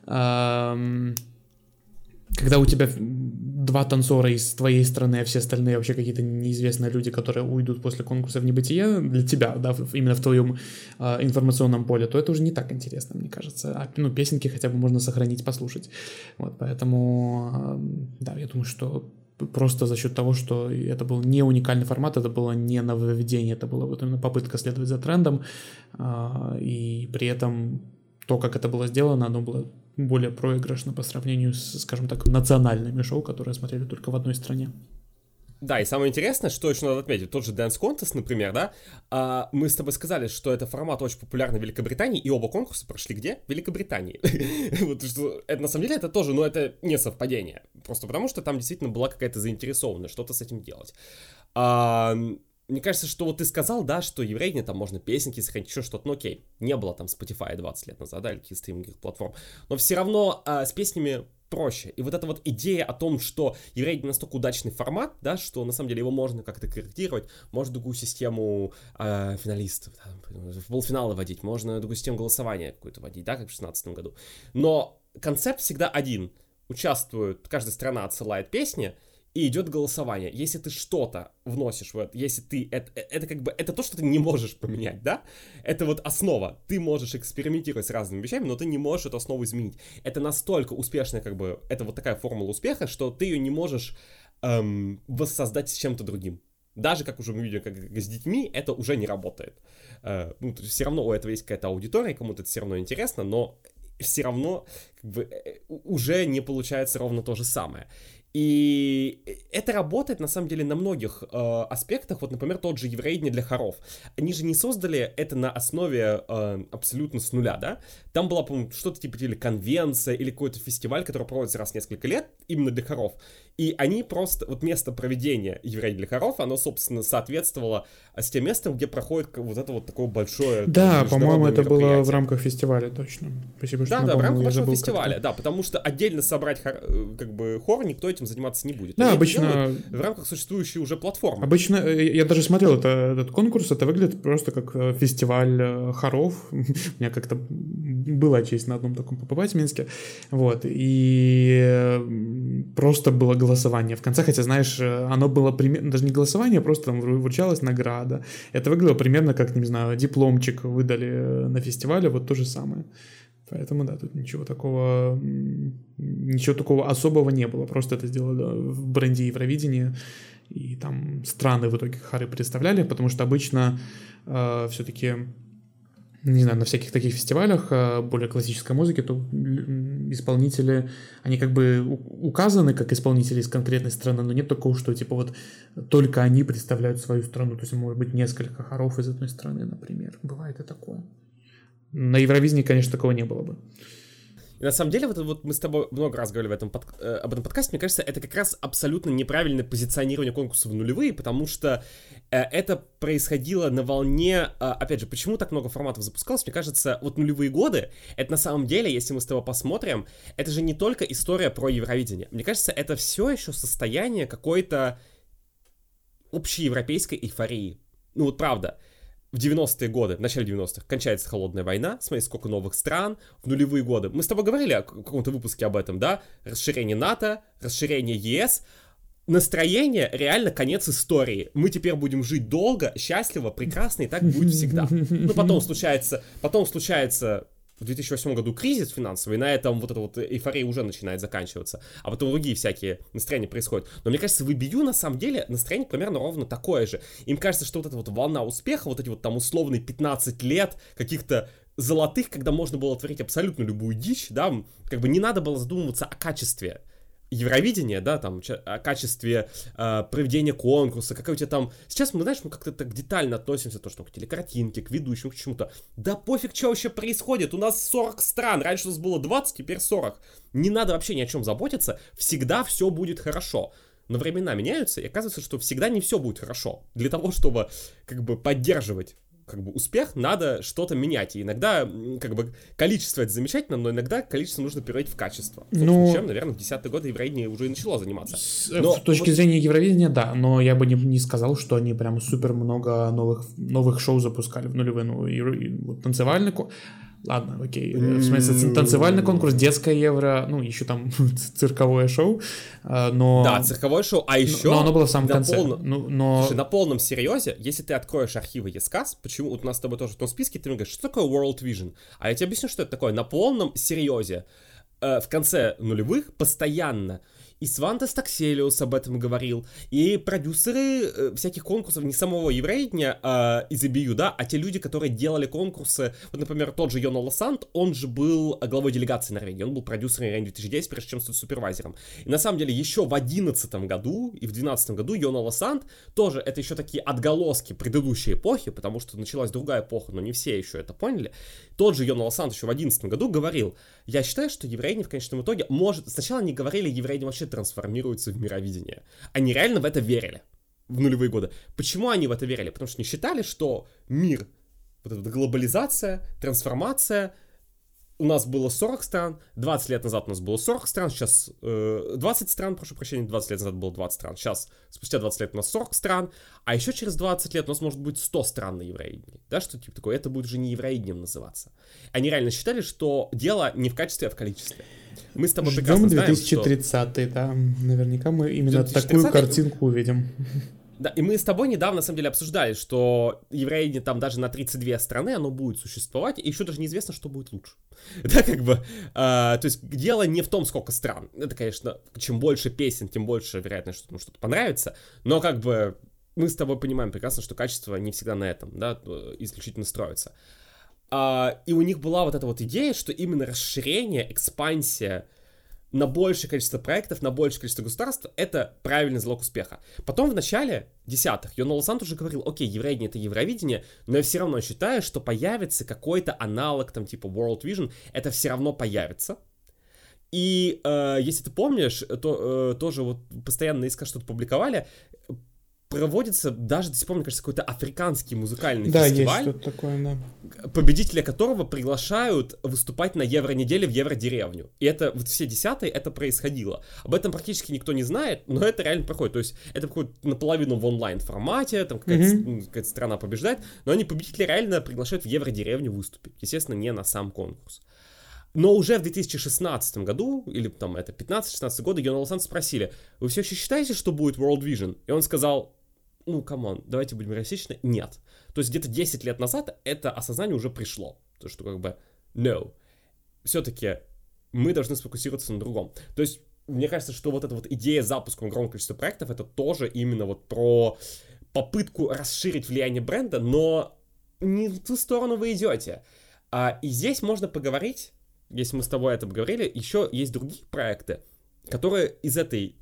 у тебя 2 танцора из твоей страны, а все остальные вообще какие-то неизвестные люди, которые уйдут после конкурса в небытие для тебя, да, именно в твоем информационном поле, то это уже не так интересно, мне кажется. Песенки хотя бы можно сохранить, послушать. Вот, поэтому, да, я думаю, что просто за счет того, что это был не уникальный формат, это было не нововведение, это была вот именно попытка следовать за трендом, и при этом то, как это было сделано, оно было более проигрышно по сравнению с, скажем так, национальными шоу, которые смотрели только в одной стране. Да, и самое интересное, что еще надо отметить, тот же Dance Contest, например, да, мы с тобой сказали, что это формат очень популярный в Великобритании, и оба конкурса прошли где? В Великобритании. Вот что это на самом деле это тоже, но это не совпадение, просто потому что там действительно была какая-то заинтересованность что-то с этим делать. Мне кажется, что вот ты сказал, да, что Евровидение, там можно песенки сохранить, еще что-то, ну окей, не было там Spotify 20 лет назад, да, или каких-то стриминговых платформ, но все равно с песнями проще. И вот эта вот идея о том, что Евровидение настолько удачный формат, да, что на самом деле его можно как-то корректировать, можно другую систему финалистов, да, в полуфиналы вводить, можно другую систему голосования какую-то вводить, да, как в 2016 году. Но концепт всегда один. Участвует, каждая страна отсылает песни, и идет голосование. Если ты что-то вносишь в это, если ты... Это как бы... Это то, что ты не можешь поменять, да? Это вот основа. Ты можешь экспериментировать с разными вещами, но ты не можешь эту основу изменить. Это настолько успешная, как бы... Это вот такая формула успеха, что ты ее не можешь воссоздать с чем-то другим. Даже, как уже мы видим, как с детьми, это уже не работает. Все равно у этого есть какая-то аудитория, кому-то это все равно интересно, но все равно как бы, уже не получается ровно то же самое. И это работает, на самом деле, на многих аспектах. Вот, например, тот же «Евровидение для хоров». Они же не создали это на основе абсолютно с нуля, да? Там была, по-моему, что-то типа или конвенция, или какой-то фестиваль, который проводится раз в несколько лет, именно для хоров. И они просто, вот место проведения «Евровидения для хоров», оно, собственно, соответствовало с тем местом, где проходит вот это вот такое большое... Да, по-моему, это было в рамках фестиваля, точно. Спасибо, что да, в рамках большого фестиваля, да, потому что отдельно собрать как бы хор никто этим заниматься не будет. Да, они обычно... в рамках существующей уже платформы. Обычно, я даже смотрел этот конкурс, это выглядит просто как фестиваль хоров. У меня как-то была честь на одном таком побывать в Минске. Вот, и просто было голосование в конце, хотя, знаешь, оно было примерно, даже не голосование, просто там вручалась награда. Это выглядело примерно как, не знаю, дипломчик выдали на фестивале, вот то же самое. Поэтому, да, тут ничего такого особого не было. Просто это сделали в бренде Евровидения, и там страны в итоге хоры представляли, потому что обычно все-таки, не знаю, на всяких таких фестивалях более классической музыки, то исполнители, они как бы указаны как исполнители из конкретной страны, но нет такого, что типа вот только они представляют свою страну, то есть может быть несколько хоров из одной страны, например. Бывает и такое. На Евровидении, конечно, такого не было бы. И на самом деле, вот мы с тобой много раз говорили об этом подкасте, мне кажется, это как раз абсолютно неправильное позиционирование конкурса в нулевые, потому что это происходило на волне, опять же, почему так много форматов запускалось, мне кажется, вот нулевые годы, это на самом деле, если мы с тобой посмотрим, это же не только история про Евровидение. Мне кажется, это все еще состояние какой-то общеевропейской эйфории. Ну вот правда. В 90-е годы, в начале 90-х, кончается холодная война, смотри, сколько новых стран, в нулевые годы. Мы с тобой говорили о каком-то выпуске об этом, да? Расширение НАТО, расширение ЕС. Настроение реально конец истории. Мы теперь будем жить долго, счастливо, прекрасно, и так будет всегда. Ну, потом случается в 2008 году кризис финансовый, и на этом вот эта вот эйфория уже начинает заканчиваться, а потом другие всякие настроения происходят. Но мне кажется, в EBU на самом деле настроение примерно ровно такое же. Им кажется, что вот эта вот волна успеха, вот эти вот там условные 15 лет каких-то золотых, когда можно было творить абсолютно любую дичь, да, как бы не надо было задумываться о качестве Евровидения, да, там, о качестве проведения конкурса, какая у тебя там... Сейчас мы, знаешь, мы как-то так детально относимся к тому, к телекартинке, к ведущим, к чему-то. Да пофиг, что вообще происходит, у нас 40 стран, раньше у нас было 20, теперь 40. Не надо вообще ни о чем заботиться, всегда все будет хорошо. Но времена меняются, и оказывается, что всегда не все будет хорошо. Для того, чтобы, как бы, поддерживать как бы успех, надо что-то менять. И иногда, как бы, количество это замечательно, но иногда количество нужно переводить в качество. Собственно, чем, наверное, в 10-е годы Евровидение уже и начало заниматься. С точки зрения Евровидения, да, но я бы не сказал, что они прям супер много новых шоу запускали в нулевые. Ну, танцевальный... Ладно, окей. В смысле, танцевальный конкурс, детское евро, ну, еще там цирковое шоу, но... Да, цирковое шоу, а еще... Но оно было в самом конце. Слушай, на полном серьезе, если ты откроешь архивы ЕСКАС, почему вот у нас с тобой тоже в том списке, ты мне говоришь, что такое World Vision? А я тебе объясню, что это такое. На полном серьезе в конце нулевых постоянно и Свантес Такселиус об этом говорил, и продюсеры всяких конкурсов, не самого Евровидения из EBU, да, а те люди, которые делали конкурсы. Вот, например, тот же Йона Лосанд, он же был главой делегации Норвегии, он был продюсером Евровидения 2010, прежде чем стать супервайзером. И на самом деле еще в 2011 году и в 2012 году Йона Лосанд тоже, это еще такие отголоски предыдущей эпохи, потому что началась другая эпоха, но не все еще это поняли. Тот же Йона Лосанд еще в 2011 году говорил, я считаю, что Евровидение в конечном итоге может... Сначала они говорили, Евровидение вообще трансформируется в мировидение. Они реально в это верили в нулевые годы. Почему они в это верили? Потому что они считали, что мир, вот эта глобализация, трансформация, у нас было 40 стран, 20 лет назад у нас было 40 стран, сейчас 20 стран, прошу прощения, 20 лет назад было 20 стран, сейчас, спустя 20 лет у нас 40 стран, а еще через 20 лет у нас может быть 100 стран на Евровидении, да, что типа такое, это будет уже не Евровидением называться. Они реально считали, что дело не в качестве, а в количестве. Мы с тобой прекрасно знаем, 2030-й, да, наверняка мы именно такую картинку увидим. Да, и мы с тобой недавно, на самом деле, обсуждали, что Евровидение там даже на 32 страны, оно будет существовать, и еще даже неизвестно, что будет лучше. Да, как бы, то есть дело не в том, сколько стран. Это, конечно, чем больше песен, тем больше вероятность, что что-то понравится, но как бы мы с тобой понимаем прекрасно, что качество не всегда на этом, да, исключительно строится. И у них была вот эта вот идея, что именно расширение, экспансия на большее количество проектов, на большее количество государств, это правильный залог успеха. Потом в начале десятых Йон Оласон уже говорил, окей, Евровидение — это Евровидение, но я все равно считаю, что появится какой-то аналог, там, типа World Vision, это все равно появится. И если ты помнишь, то тоже вот постоянно на ИСК что-то публиковали, проводится даже до сих пор, мне кажется, какой-то африканский музыкальный фестиваль. Да, есть что-то такое, да. Победителя которого приглашают выступать на Евронеделе в Евродеревню. И это вот все десятые это происходило. Об этом практически никто не знает, но это реально проходит. То есть это проходит наполовину в онлайн-формате, там какая-то страна побеждает, но они победители реально приглашают в Евродеревню выступить. Естественно, не на сам конкурс. Но уже в 2016 году, или там это 15-16 года, Йон Оласон спросили, вы все еще считаете, что будет World Vision? И он сказал, ну, камон, давайте будем реалистичны, нет. То есть где-то 10 лет назад это осознание уже пришло. То, что как бы, no. Все-таки мы должны сфокусироваться на другом. То есть мне кажется, что вот эта вот идея запуска огромного количества проектов, это тоже именно вот про попытку расширить влияние бренда, но не в ту сторону вы идете. И здесь можно поговорить, если мы с тобой это поговорили, еще есть другие проекты, которые из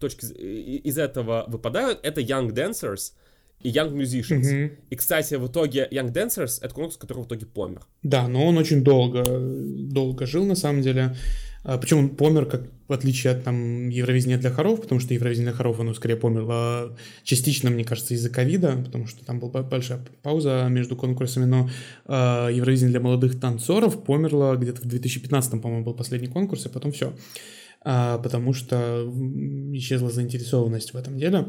этого выпадают. Это Young Dancers и Young Musicians. И, кстати, в итоге Young Dancers — это конкурс, который в итоге помер. Да, но он очень долго жил, на самом деле. Причем он помер, как в отличие от там Евровидения для хоров, потому что Евровидение для хоров, оно скорее померло частично, мне кажется, из-за ковида, потому что там была большая пауза между конкурсами, но Евровидение для молодых танцоров померло где-то в 2015, по-моему, был последний конкурс, и потом все. Потому что исчезла заинтересованность в этом деле.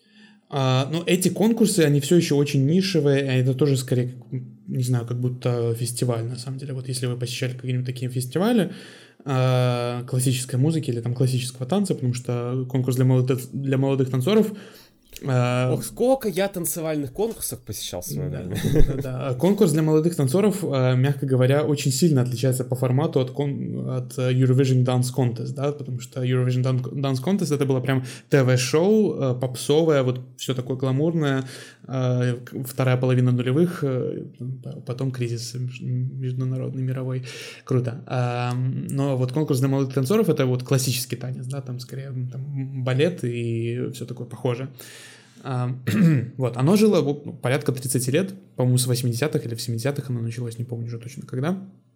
Но эти конкурсы, они все еще очень нишевые, а это тоже скорее, не знаю, как будто фестиваль, на самом деле. Вот если вы посещали какие-нибудь такие фестивали классической музыки или там классического танца, потому что конкурс для молодых танцоров... Ох, сколько я танцевальных конкурсов посещал в свое время. Да. Конкурс для молодых танцоров, мягко говоря, очень сильно отличается по формату от Eurovision Dance Contest, да, потому что Eurovision Dance Contest — это было прям ТВ-шоу, попсовое, вот все такое гламурное, вторая половина нулевых, потом кризис международный, мировой, круто. Но вот конкурс для молодых танцоров — это вот классический танец, да, там скорее там балет и все такое похоже. Вот, оно жило порядка 30 лет, по-моему, с 80-х или в 70-х оно началось, не помню уже точно когда.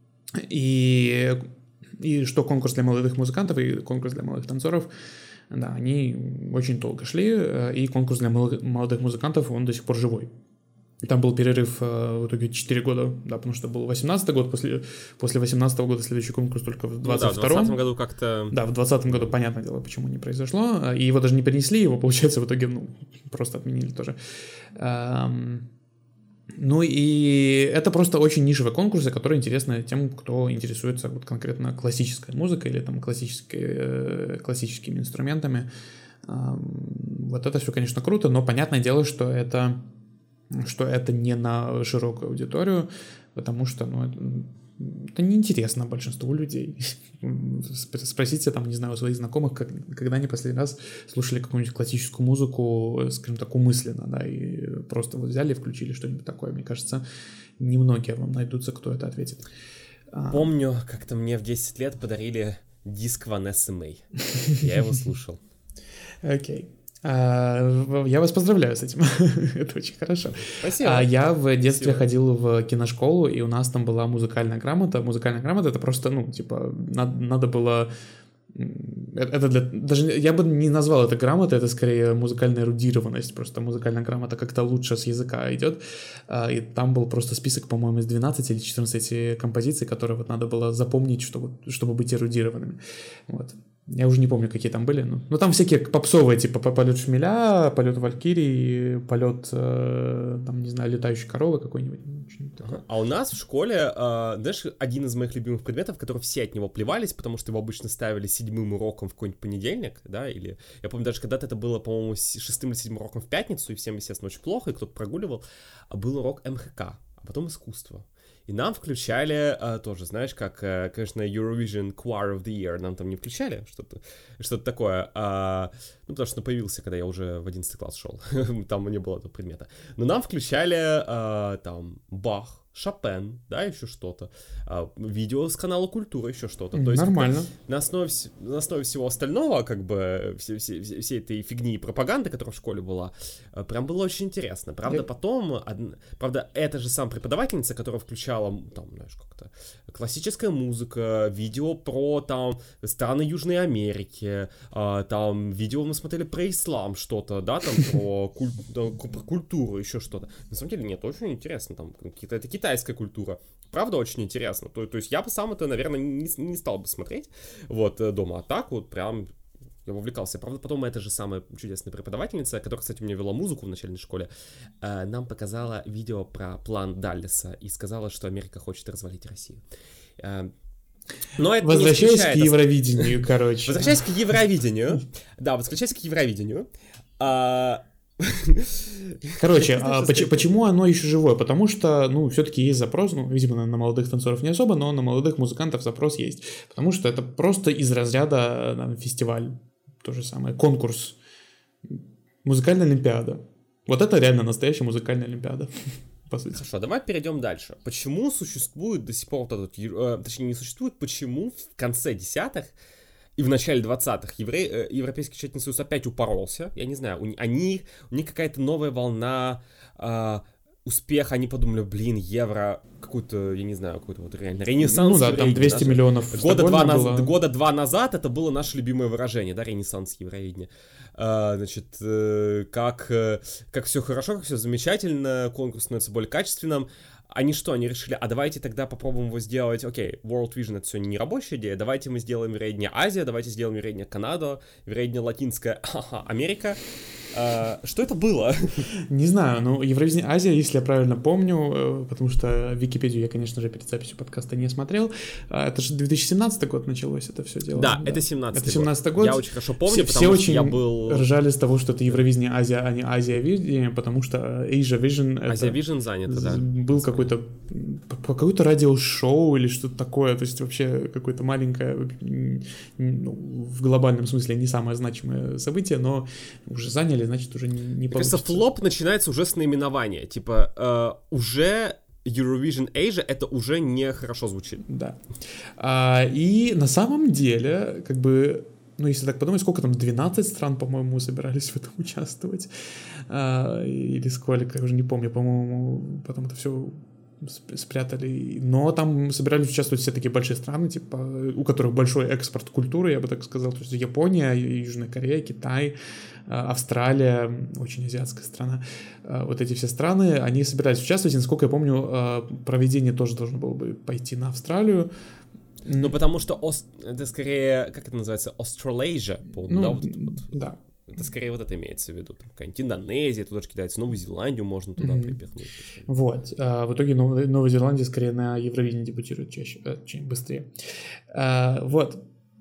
И что конкурс для молодых музыкантов и конкурс для молодых танцоров, да, они очень долго шли, и конкурс для молодых музыкантов, он до сих пор живой. И там был перерыв в итоге 4 года, да, потому что был 18-й год, после 18-го года следующий конкурс только в 22-м. Ну да, в 20-м году как-то... Да, в 20-м году, понятное дело, почему не произошло, и его даже не перенесли, его, получается, в итоге, просто отменили тоже. Ну и это просто очень нишевые конкурсы, которые интересны тем, кто интересуется вот конкретно классической музыкой или там классическими инструментами. Вот это все, конечно, круто, но понятное дело, что это не на широкую аудиторию, потому что, это неинтересно большинству людей. Спросите, там, не знаю, у своих знакомых, когда они последний раз слушали какую-нибудь классическую музыку, скажем так, умысленно, да, и просто вот взяли и включили что-нибудь такое. Мне кажется, немногие вам найдутся, кто это ответит. Помню, как-то мне в 10 лет подарили диск Ванессы Мэй. Я его слушал. Окей. Я вас поздравляю с этим. Это очень хорошо. Спасибо. Я в детстве ходил в киношколу, и у нас там была музыкальная грамота. Музыкальная грамота — это просто, надо было... Это даже я бы не назвал это грамотой, это скорее музыкальная эрудированность. Просто музыкальная грамота как-то лучше с языка идет. И там был просто список, по-моему, из 12 или 14 композиций, которые вот надо было запомнить, чтобы быть эрудированными. Вот. Я уже не помню, какие там были. Но там всякие попсовые, типа полет шмеля, полет валькирии, полет, там, не знаю, летающей коровы какой-нибудь. А у нас в школе, знаешь, один из моих любимых предметов, который все от него плевались, потому что его обычно ставили 7-м уроком в какой-нибудь понедельник, да, или... Я помню, даже когда-то это было, по-моему, 6-м или 7-м уроком в пятницу, и всем, естественно, очень плохо, и кто-то прогуливал, был урок МХК, а потом искусство. И нам включали тоже, знаешь, как, конечно, Eurovision Choir of the Year нам там не включали, что-то такое, потому что он появился, когда я уже в 11 класс шел, там не было этого предмета. Но нам включали там Бах, Шопен, да, еще что-то, видео с канала Культура, еще что-то. То есть нормально. На основе всего остального, как бы, всей этой фигни и пропаганды, которая в школе была, прям было очень интересно. Правда, правда, эта же самая преподавательница, которая включала, там, знаешь, как-то классическая музыка, видео про, там, страны Южной Америки, там, видео мы смотрели про ислам что-то, да, там, про культуру, еще что-то. На самом деле, нет, очень интересно, там, это китайская культура. Правда, очень интересно. То есть я бы сам это, наверное, не стал бы смотреть, вот, дома. А так вот прям я вовлекался. Правда, потом эта же самая чудесная преподавательница, которая, кстати, у меня вела музыку в начальной школе, нам показала видео про план Даллеса и сказала, что Америка хочет развалить Россию. Но это возвращаясь к Евровидению, короче. Возвращаясь к Евровидению. Да, возвращаясь к Евровидению. Короче, почему оно еще живое? Потому что, ну, все-таки есть запрос, ну, видимо, на молодых танцоров не особо, но на молодых музыкантов запрос есть. Потому что это просто из разряда там, фестиваль, то же самое, конкурс, музыкальная олимпиада. Вот это реально настоящая музыкальная олимпиада, по сути. Хорошо, давай перейдем дальше. Почему существует до сих пор вот этот, точнее, не существует, почему в конце десятых и в начале 20-х Европейский читательный союз опять упоролся. Я не знаю, у них какая-то новая волна успеха. Они подумали, блин, евро, какой-то, я не знаю, какой-то вот реально ренессанс. Ну да, там 200 миллионов. Года два назад это было наше любимое выражение, да, ренессанс Евровидения. Значит, как все хорошо, как все замечательно, конкурс становится более качественным. Они решили, а давайте тогда попробуем его сделать, окей, World Vision — это все не рабочая идея, давайте мы сделаем вероятнее Азия, давайте сделаем вероятнее Канада, вероятнее Латинская Америка. Что это было? Не знаю, но Евровидение Азия, если я правильно помню, потому что Википедию я, конечно же, перед записью подкаста не смотрел, это же 2017 год началось это все дело. Да, это 17 год. Я очень хорошо помню, все очень ржали с того, что это Евровидение Азия, а не Азия Видение, потому что Asia Vision... Asia Vision занято, да. Был какое-то радиошоу или что-то такое, то есть вообще какое-то маленькое, ну, в глобальном смысле не самое значимое событие, но уже заняли, значит, уже не получится. Кажется, флоп начинается уже с наименования. Типа, уже Eurovision Asia — это уже не хорошо звучит. Да. И на самом деле, как бы, ну, если так подумать, сколько там, 12 стран, по-моему, собирались в этом участвовать. Или сколько, я уже не помню, по-моему, потом это все спрятали. Но там собирались участвовать все такие большие страны, типа, у которых большой экспорт культуры, я бы так сказал. То есть Япония, Южная Корея, Китай, Австралия, очень азиатская страна. Вот эти все страны, они собирались участвовать. И, насколько я помню, проведение тоже должно было бы пойти на Австралию. Ну, потому что это скорее, как это называется, Australasia, по-моему, да? Вот это вот. Да. Это скорее вот это имеется в виду. Там какая-нибудь Индонезия, туда же кидается, Новую Зеландию можно туда припихнуть. Вот. В итоге Новая Зеландия скорее на Евровидении дебютирует чаще, чем быстрее. Вот.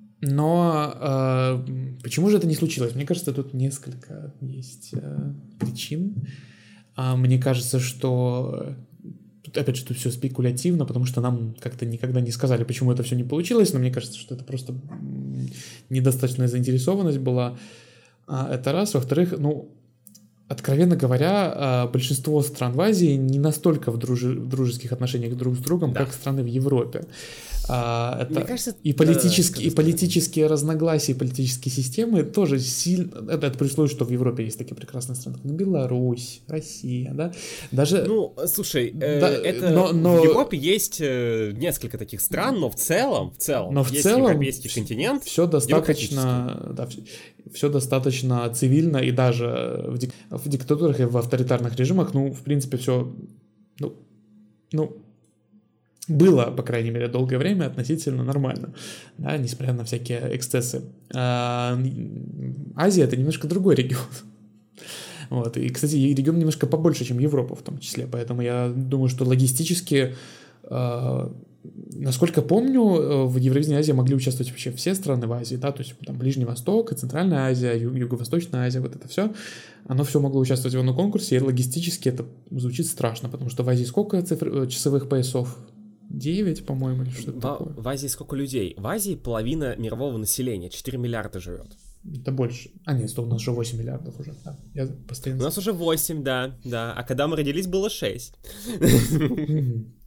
Но почему же это не случилось? Мне кажется, тут несколько есть причин. Мне кажется, что... Опять же, тут все спекулятивно, потому что нам как-то никогда не сказали, почему это все не получилось, но мне кажется, что это просто недостаточная заинтересованность была. Это раз. Во-вторых, ну, откровенно говоря, большинство стран в Азии не настолько в дружеских отношениях друг с другом, да, как страны в Европе. Это мне кажется, и политические разногласия, и политические системы тоже сильно... Это при условии, что в Европе есть такие прекрасные страны, как Беларусь, Россия, да? Даже... Ну, слушай, в Европе есть несколько таких стран, но в целом есть европейский континент. Все достаточно... Да, все достаточно цивильно, и даже в диктатурах и в авторитарных режимах, ну, в принципе, все... Ну, было, по крайней мере, долгое время относительно нормально, да, несмотря на всякие эксцессы. Азия — это немножко другой регион. Вот. И, кстати, регион немножко побольше, чем Европа в том числе, поэтому я думаю, что логистически, насколько помню, в Евровидении Азии могли участвовать вообще все страны в Азии, да, то есть там Ближний Восток, Центральная Азия, Юго-Восточная Азия, вот это все, оно все могло участвовать в одном конкурсе, и логистически это звучит страшно, потому что в Азии сколько часовых поясов? 9, по-моему, или что-то такое. В Азии сколько людей? В Азии половина мирового населения, 4 миллиарда живет. Это больше. Нет, стоп, у нас уже 8 миллиардов уже. Да. Я постоянно... У нас уже 8, да. А когда мы родились, было 6.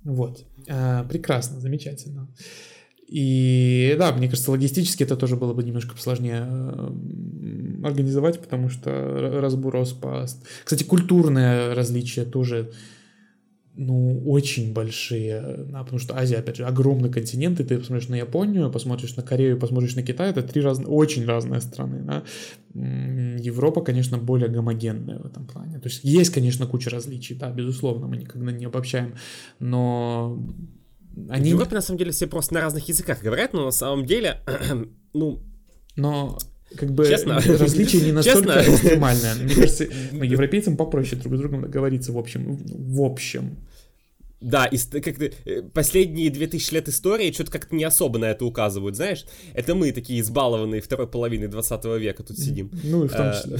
Вот. Прекрасно, замечательно. И да, мне кажется, логистически это тоже было бы немножко сложнее организовать, потому что разброс по... Кстати, культурные различия тоже, очень большие, да, потому что Азия, опять же, огромный континент, и ты посмотришь на Японию, посмотришь на Корею, посмотришь на Китай, это очень разные страны, да. Европа, конечно, более гомогенная в этом плане. То есть есть, конечно, куча различий, да, безусловно, мы никогда не обобщаем, но... В Европе, на самом деле, все просто на разных языках говорят, но на самом деле, Но, честно, различия не настолько экстремальные. Мне кажется, европейцам попроще друг с другом договориться в общем. Да, как-то последние 2000 лет истории что-то как-то не особо на это указывают, знаешь? Это мы такие избалованные второй половины 20 века тут сидим. И в том числе.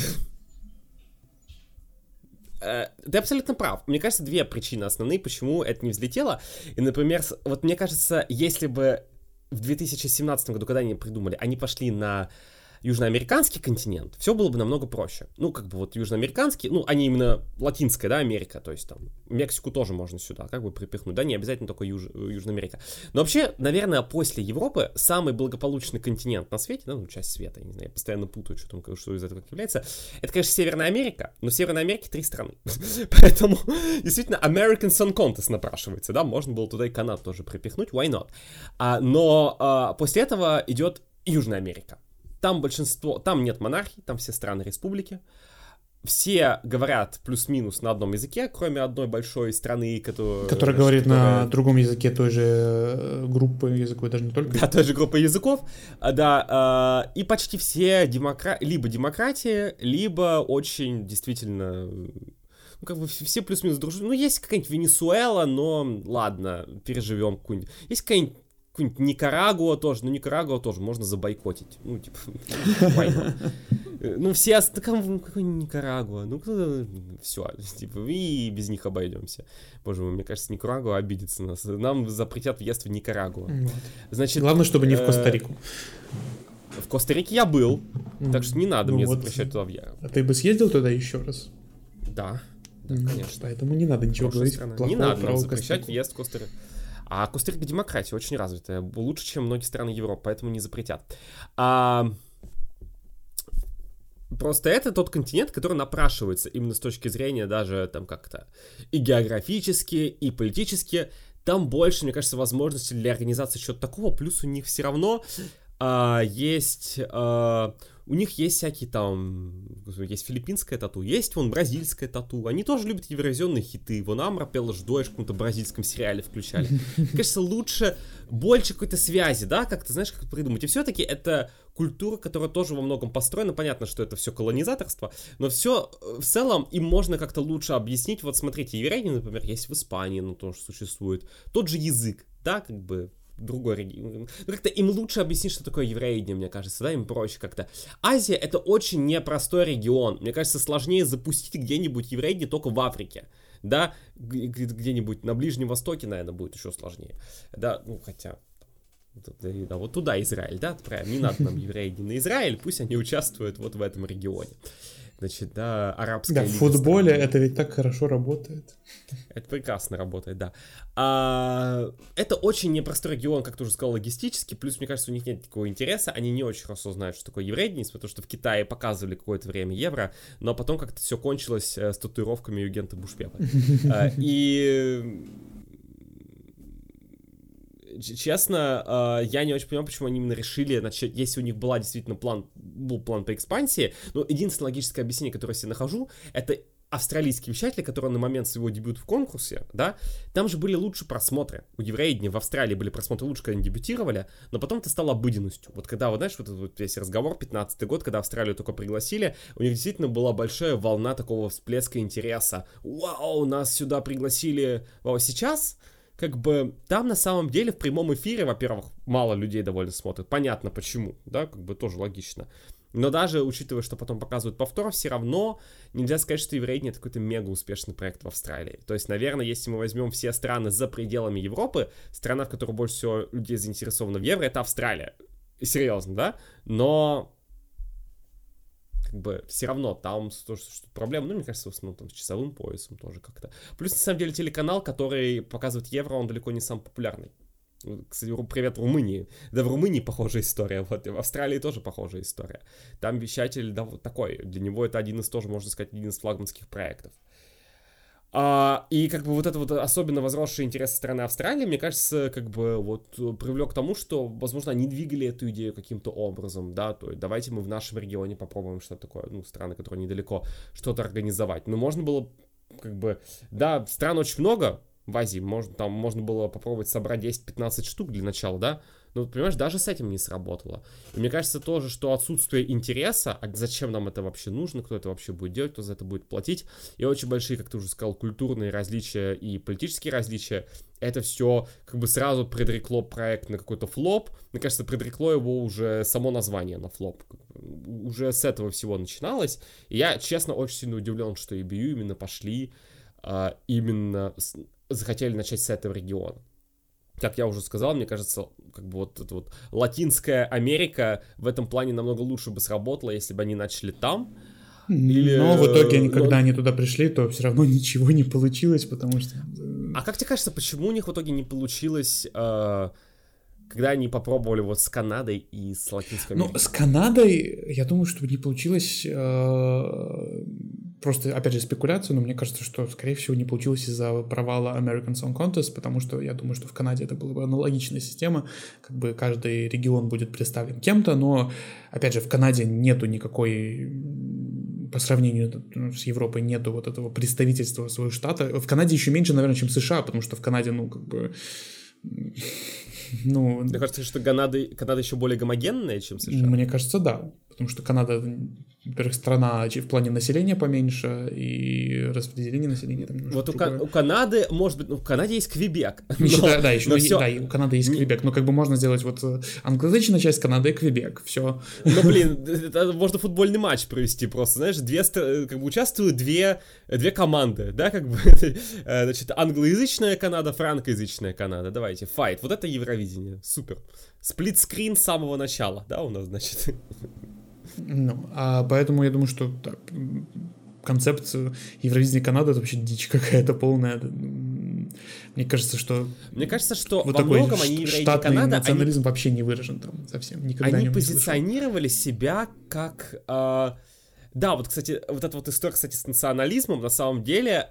Ты абсолютно прав. Мне кажется, две причины основные, почему это не взлетело. И, например, вот мне кажется, если бы в 2017 году, когда они придумали, они пошли на южноамериканский континент, все было бы намного проще. Южноамериканский, они именно Латинская, да, Америка, то есть там Мексику тоже можно сюда припихнуть, да, не обязательно только Южная Америка. Но вообще, наверное, после Европы самый благополучный континент на свете, часть света, я не знаю, я постоянно путаю, что из этого как является, это, конечно, Северная Америка, но в Северной Америке 3 страны. Поэтому, действительно, American Song Contest напрашивается, да, можно было туда и Канаду тоже припихнуть, why not? Но после этого идет Южная Америка. Там нет монархии, там все страны республики. Все говорят плюс-минус на одном языке, кроме одной большой страны, которая говорит на другом языке той же группы языковой, даже не только. Да, той же группы языков, да, и почти все либо демократия, либо очень действительно... все плюс-минус дружат. Есть какая-нибудь Венесуэла, но ладно, переживем какую-нибудь. Есть какая-нибудь Никарагуа тоже, Никарагуа тоже можно забойкотить. Все, какой Никарагуа? Все, и без них обойдемся. Боже мой, мне кажется, Никарагуа обидится нас. Нам запретят въезд в Никарагуа. Значит, главное, чтобы не в Коста-Рику. В Коста-Рике я был, так что не надо мне запрещать туда въезд. А ты бы съездил туда еще раз? Да, конечно. Поэтому не надо ничего говорить плохого. Не надо нам запрещать въезд в Коста-Рику. А Коста-Рика демократия очень развитая, лучше, чем многие страны Европы, поэтому не запретят. Просто это тот континент, который напрашивается именно с точки зрения даже там как-то и географически, и политически. Там больше, мне кажется, возможностей для организации чего-то такого, плюс у них все равно есть... У них есть всякие там, есть филиппинское тату, есть бразильское тату. Они тоже любят евровизионные хиты. Амра пела «Ждой» в каком-то бразильском сериале включали. Мне кажется, больше какой-то связи, да, как ты знаешь, как придумать. И все-таки это культура, которая тоже во многом построена. Понятно, что это все колонизаторство, но все в целом им можно как-то лучше объяснить. Вот смотрите, евреи, например, есть в Испании, тоже существует. Тот же язык, да, другой регион. Как-то им лучше объяснить, что такое евреидение, мне кажется, да, им проще как-то. Азия — это очень непростой регион. Мне кажется, сложнее запустить где-нибудь евреидение только в Африке, да, где-нибудь на Ближнем Востоке, наверное, будет еще сложнее, да, хотя... Да, вот туда Израиль, да, отправим. Не надо нам евреидение на Израиль, пусть они участвуют вот в этом регионе. Значит, да, арабская лига. Да, в футболе это ведь так хорошо работает. Это прекрасно работает, да. Это очень непростой регион, как ты уже сказал, логистически, плюс, мне кажется, у них нет такого интереса, они не очень хорошо знают, что такое евреидение, потому что в Китае показывали какое-то время евро, но потом как-то все кончилось с татуировками Югента Бушпепа. И... Честно, я не очень понимаю, почему они именно решили начать, если у них был действительно план по экспансии, но единственное логическое объяснение, которое я себе нахожу, это австралийские вещатели, которые на момент своего дебюта в конкурсе, да, там же были лучше просмотры. У евреидения в Австралии были просмотры лучше, когда они дебютировали, но потом это стало обыденностью. Вот когда, вот знаешь, вот этот весь разговор, 15-й год, когда Австралию только пригласили, у них действительно была большая волна такого всплеска интереса. Вау, нас сюда пригласили. Вау, сейчас... там на самом деле в прямом эфире, во-первых, мало людей довольно смотрят. Понятно почему, да, тоже логично. Но даже учитывая, что потом показывают повтор, все равно нельзя сказать, что евреидение — это какой-то мега успешный проект в Австралии. То есть, наверное, если мы возьмем все страны за пределами Европы, страна, в которой больше всего людей заинтересована в евро, это Австралия. Серьезно, да? Но... как бы все равно там что проблема, мне кажется, в основном там с часовым поясом тоже как-то. Плюс, на самом деле, телеканал, который показывает Евро, он далеко не самый популярный. Кстати, привет Румынии. Да, в Румынии похожая история, вот, и в Австралии тоже похожая история. Там вещатель, да, вот такой, для него это один из флагманских проектов. И как бы вот это вот особенно возросший интерес со стороны Австралии, мне кажется, как бы вот привлек к тому, что, возможно, они двигали эту идею каким-то образом, да, то есть давайте мы в нашем регионе попробуем что-то такое, страны, которые недалеко, что-то организовать. Но можно было, как бы, да, стран очень много в Азии, можно было попробовать собрать 10-15 штук для начала, да, но, понимаешь, даже с этим не сработало. И мне кажется тоже, что отсутствие интереса, а зачем нам это вообще нужно, кто это вообще будет делать, кто за это будет платить, и очень большие, как ты уже сказал, культурные различия и политические различия, это все как бы сразу предрекло проект на какой-то флоп. Мне кажется, предрекло его уже само название на флоп. Уже с этого всего начиналось. И я, честно, очень сильно удивлен, что EBU именно пошли, захотели начать с этого региона. Как я уже сказал, мне кажется, как бы вот эта вот Латинская Америка в этом плане намного лучше бы сработала, если бы они начали там. Но в итоге, когда они туда пришли, то все равно ничего не получилось, потому что... А как тебе кажется, почему у них в итоге не получилось, когда они попробовали вот с Канадой и с Латинской Америкой? Ну, с Канадой, я думаю, что не получилось... Просто, опять же, спекуляция, но мне кажется, что, скорее всего, не получилось из-за провала American Song Contest, потому что я думаю, что в Канаде это была бы аналогичная система, как бы каждый регион будет представлен кем-то, но, опять же, в Канаде нету никакой, по сравнению с Европой, нету вот этого представительства своего штата. В Канаде еще меньше, наверное, чем в США, потому что в Канаде, Мне кажется, что Канада еще более гомогенная, чем США. Мне кажется, да. Потому что Канада, во-первых, страна в плане населения поменьше, и распределение населения там немножко другое. У Канады, может быть, в Канаде есть Квебек. Да, и у Канады есть Квебек. Но как бы можно сделать вот англоязычная часть Канады и Квебек, все. Ну, блин, можно футбольный матч провести просто, знаешь, участвуют две команды, да, как бы, значит, англоязычная Канада, франкоязычная Канада, давайте, файт. Вот это Евровидение, супер. Сплитскрин с самого начала, да, у нас, значит. Поэтому я думаю, что концепция Евровидения Канады — это вообще дичь какая-то полная. Мне кажется, что вот во многом они Евровидение Канада... национализм вообще не выражен там совсем. Никогда они позиционировали себя как... Да, вот, кстати, вот эта вот история, кстати, с национализмом, на самом деле...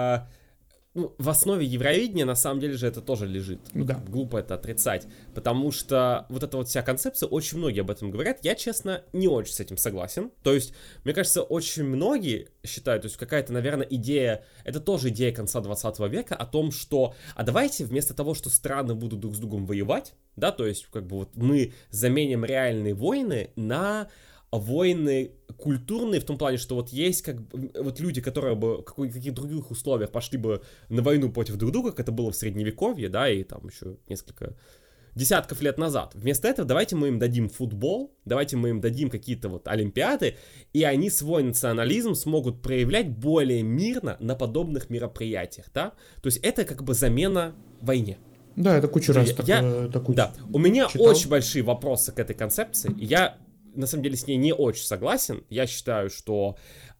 в основе Евровидения, на самом деле же, это тоже лежит. Да. Глупо это отрицать. Потому что вот эта вот вся концепция, очень многие об этом говорят. Я, честно, не очень с этим согласен. То есть, мне кажется, очень многие считают, то есть какая-то, наверное, идея, это тоже идея конца 20 века о том, что, а давайте вместо того, что страны будут друг с другом воевать, да, то есть, как бы вот мы заменим реальные войны на... войны культурные в том плане, что вот есть как бы вот люди, которые бы в каких-то других условиях пошли бы на войну против друг друга, как это было в Средневековье, да, и там еще несколько десятков лет назад. Вместо этого давайте мы им дадим футбол, давайте мы им дадим какие-то вот олимпиады, и они свой национализм смогут проявлять более мирно на подобных мероприятиях, да. То есть это как бы замена войне. Да, это кучу раз такую. Да, у меня очень большие вопросы к этой концепции, и я на самом деле с ней не очень согласен. Я считаю, что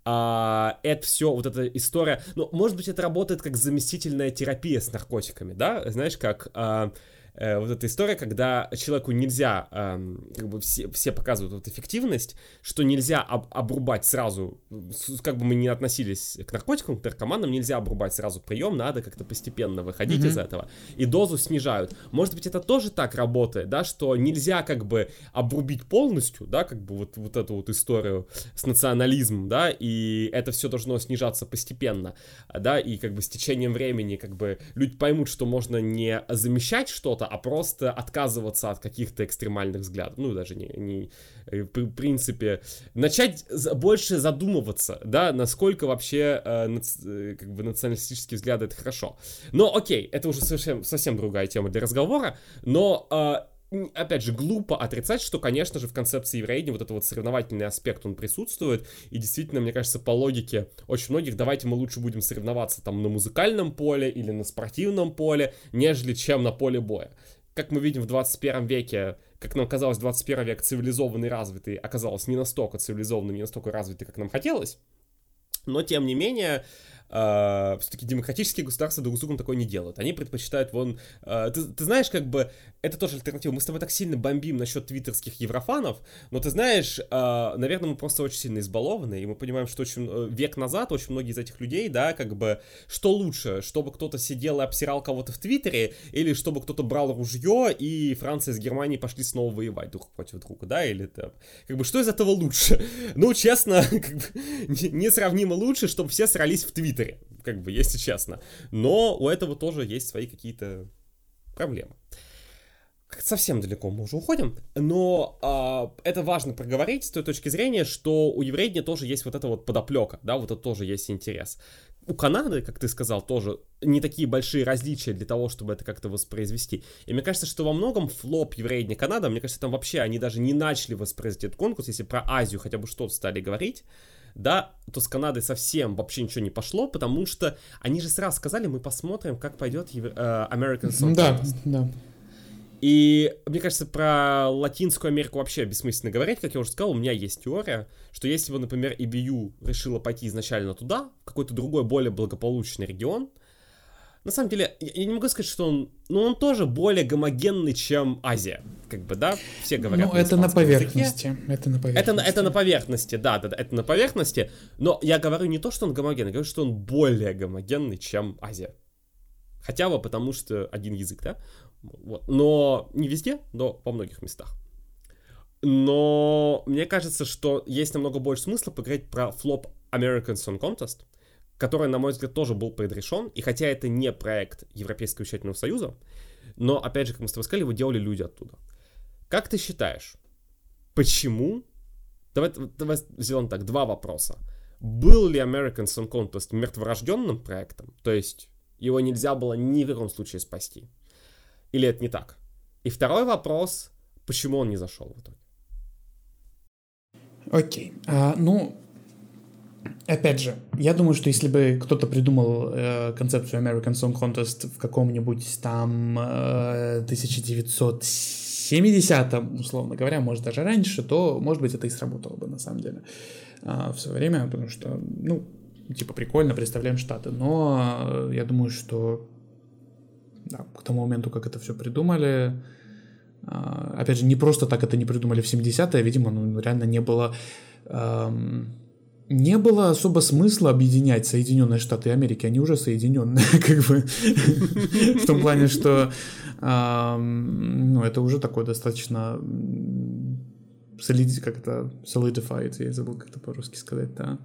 это все, вот эта история... может быть, это работает как заместительная терапия с наркотиками, да? Знаешь, как... вот эта история, когда человеку нельзя, как бы все показывают вот эффективность, что нельзя обрубать сразу, как бы мы ни относились к наркотикам, к наркоманам, нельзя обрубать сразу прием, надо как-то постепенно выходить из этого, и дозу снижают. Может быть, это тоже так работает, да, что нельзя как бы обрубить полностью, да, как бы вот эту вот историю с национализмом, да, и это все должно снижаться постепенно, да, и как бы с течением времени как бы люди поймут, что можно не замещать что-то, а просто отказываться от каких-то экстремальных взглядов. Даже не в принципе, начать больше задумываться, да, насколько вообще как бы националистические взгляды — это хорошо. Но окей, это уже совсем другая тема для разговора, но... опять же, глупо отрицать, что, конечно же, в концепции Евровидения вот этот вот соревновательный аспект, он присутствует, и действительно, мне кажется, по логике очень многих, давайте мы лучше будем соревноваться там на музыкальном поле или на спортивном поле, нежели чем на поле боя. как мы видим в 21 веке, как нам казалось, 21 век цивилизованный, развитый, оказалось не настолько цивилизованный, не настолько развитый, как нам хотелось. Но, тем не менее, все-таки демократические государства друг с другом такое не делают. Они предпочитают ты знаешь, как бы, это тоже альтернатива. Мы с тобой так сильно бомбим насчет твиттерских еврофанов, но ты знаешь, наверное, мы просто очень сильно избалованы, и мы понимаем, что век назад очень многие из этих людей, да, как бы, что лучше, чтобы кто-то сидел и обсирал кого-то в Твиттере, или чтобы кто-то брал ружье, и Франция с Германией пошли снова воевать друг против друга, да, или там, как бы, что из этого лучше? Ну, честно, как бы, несравнимо лучше, чтобы все срались в Твиттере, как бы, если честно. Но у этого тоже есть свои какие-то проблемы. Совсем далеко мы уже уходим, но это важно проговорить с той точки зрения, что у еврейни тоже есть вот эта вот подоплека, да, вот это тоже есть интерес. У Канады, как ты сказал, тоже не такие большие различия для того, чтобы это как-то воспроизвести. И мне кажется, что во многом флоп еврейни Канада, мне кажется, там вообще они даже не начали воспроизвести этот конкурс, если про Азию хотя бы что-то стали говорить, да, то с Канадой совсем вообще ничего не пошло, потому что они же сразу сказали, мы посмотрим, как пойдет American Song Contest. Да. И мне кажется, про Латинскую Америку вообще бессмысленно говорить, как я уже сказал, у меня есть теория, что если бы, например, EBU решила пойти изначально туда, в какой-то другой, более благополучный регион, на самом деле, я не могу сказать, что он тоже более гомогенный, чем Азия, как бы, да, все говорят. Ну, это на поверхности. Это на поверхности. Это на поверхности, да, это на поверхности, но я говорю не то, что он гомогенный, я говорю, что он более гомогенный, чем Азия. Хотя бы потому, что один язык, да, вот. Но не везде, но во многих местах. Но мне кажется, что есть намного больше смысла поговорить про флоп American Song Contest, который, на мой взгляд, тоже был предрешен, и хотя это не проект Европейского вещательного союза, но, опять же, как мы с тобой сказали, его делали люди оттуда. Как ты считаешь, почему... Давай сделаем так, два вопроса. Был ли American Song Contest мертворожденным проектом? То есть его нельзя было ни в каком случае спасти? Или это не так? И второй вопрос, почему он не зашел в итоге? Окей. Опять же, я думаю, что если бы кто-то придумал концепцию American Song Contest в каком-нибудь там 1970-м, условно говоря, может даже раньше, то, может быть, это и сработало бы на самом деле в свое время, потому что, прикольно, представляем Штаты, но я думаю, что да, к тому моменту, как это все придумали, опять же, не просто так это не придумали в 70-е, видимо, реально не было особо смысла объединять Соединенные Штаты Америки, они уже соединенные, как бы, в том плане, что это уже такое достаточно solidified, я забыл, как это по-русски сказать, да.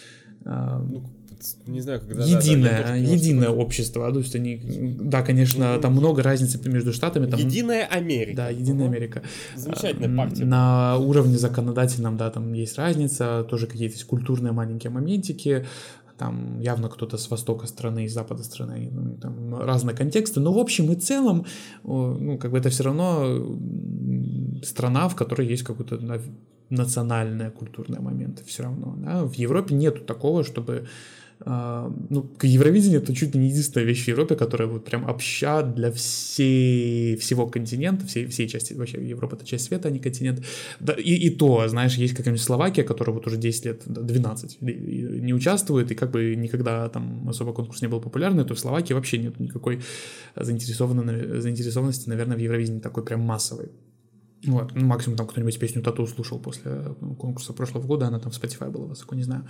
Не знаю, когда... Единое общество, то есть они... Да, конечно, там много разницы между штатами. Там, Единая Америка. Да, Единая Америка. Замечательная партия. На уровне законодательном, да, там есть разница, тоже какие-то есть культурные маленькие моментики, там явно кто-то с востока страны, с запада страны, там разные контексты, но в общем и целом, это все равно страна, в которой есть какой-то национальные культурные моменты все равно. Да? В Европе нету такого, чтобы... Евровидение — это чуть ли не единственная вещь в Европе, которая вот прям обща для всего континента, всей части, вообще Европа — это часть света, а не континент. Да, и то, знаешь, есть какая-нибудь Словакия, которая вот уже 10 лет, 12 не участвует, и как бы никогда там особо конкурс не был популярный, то в Словакии вообще нет никакой заинтересованности, наверное, в Евровидении такой прям массовой. Вот, максимум там кто-нибудь песню «Тату» слушал после конкурса прошлого года, она там в Spotify была высоко, не знаю.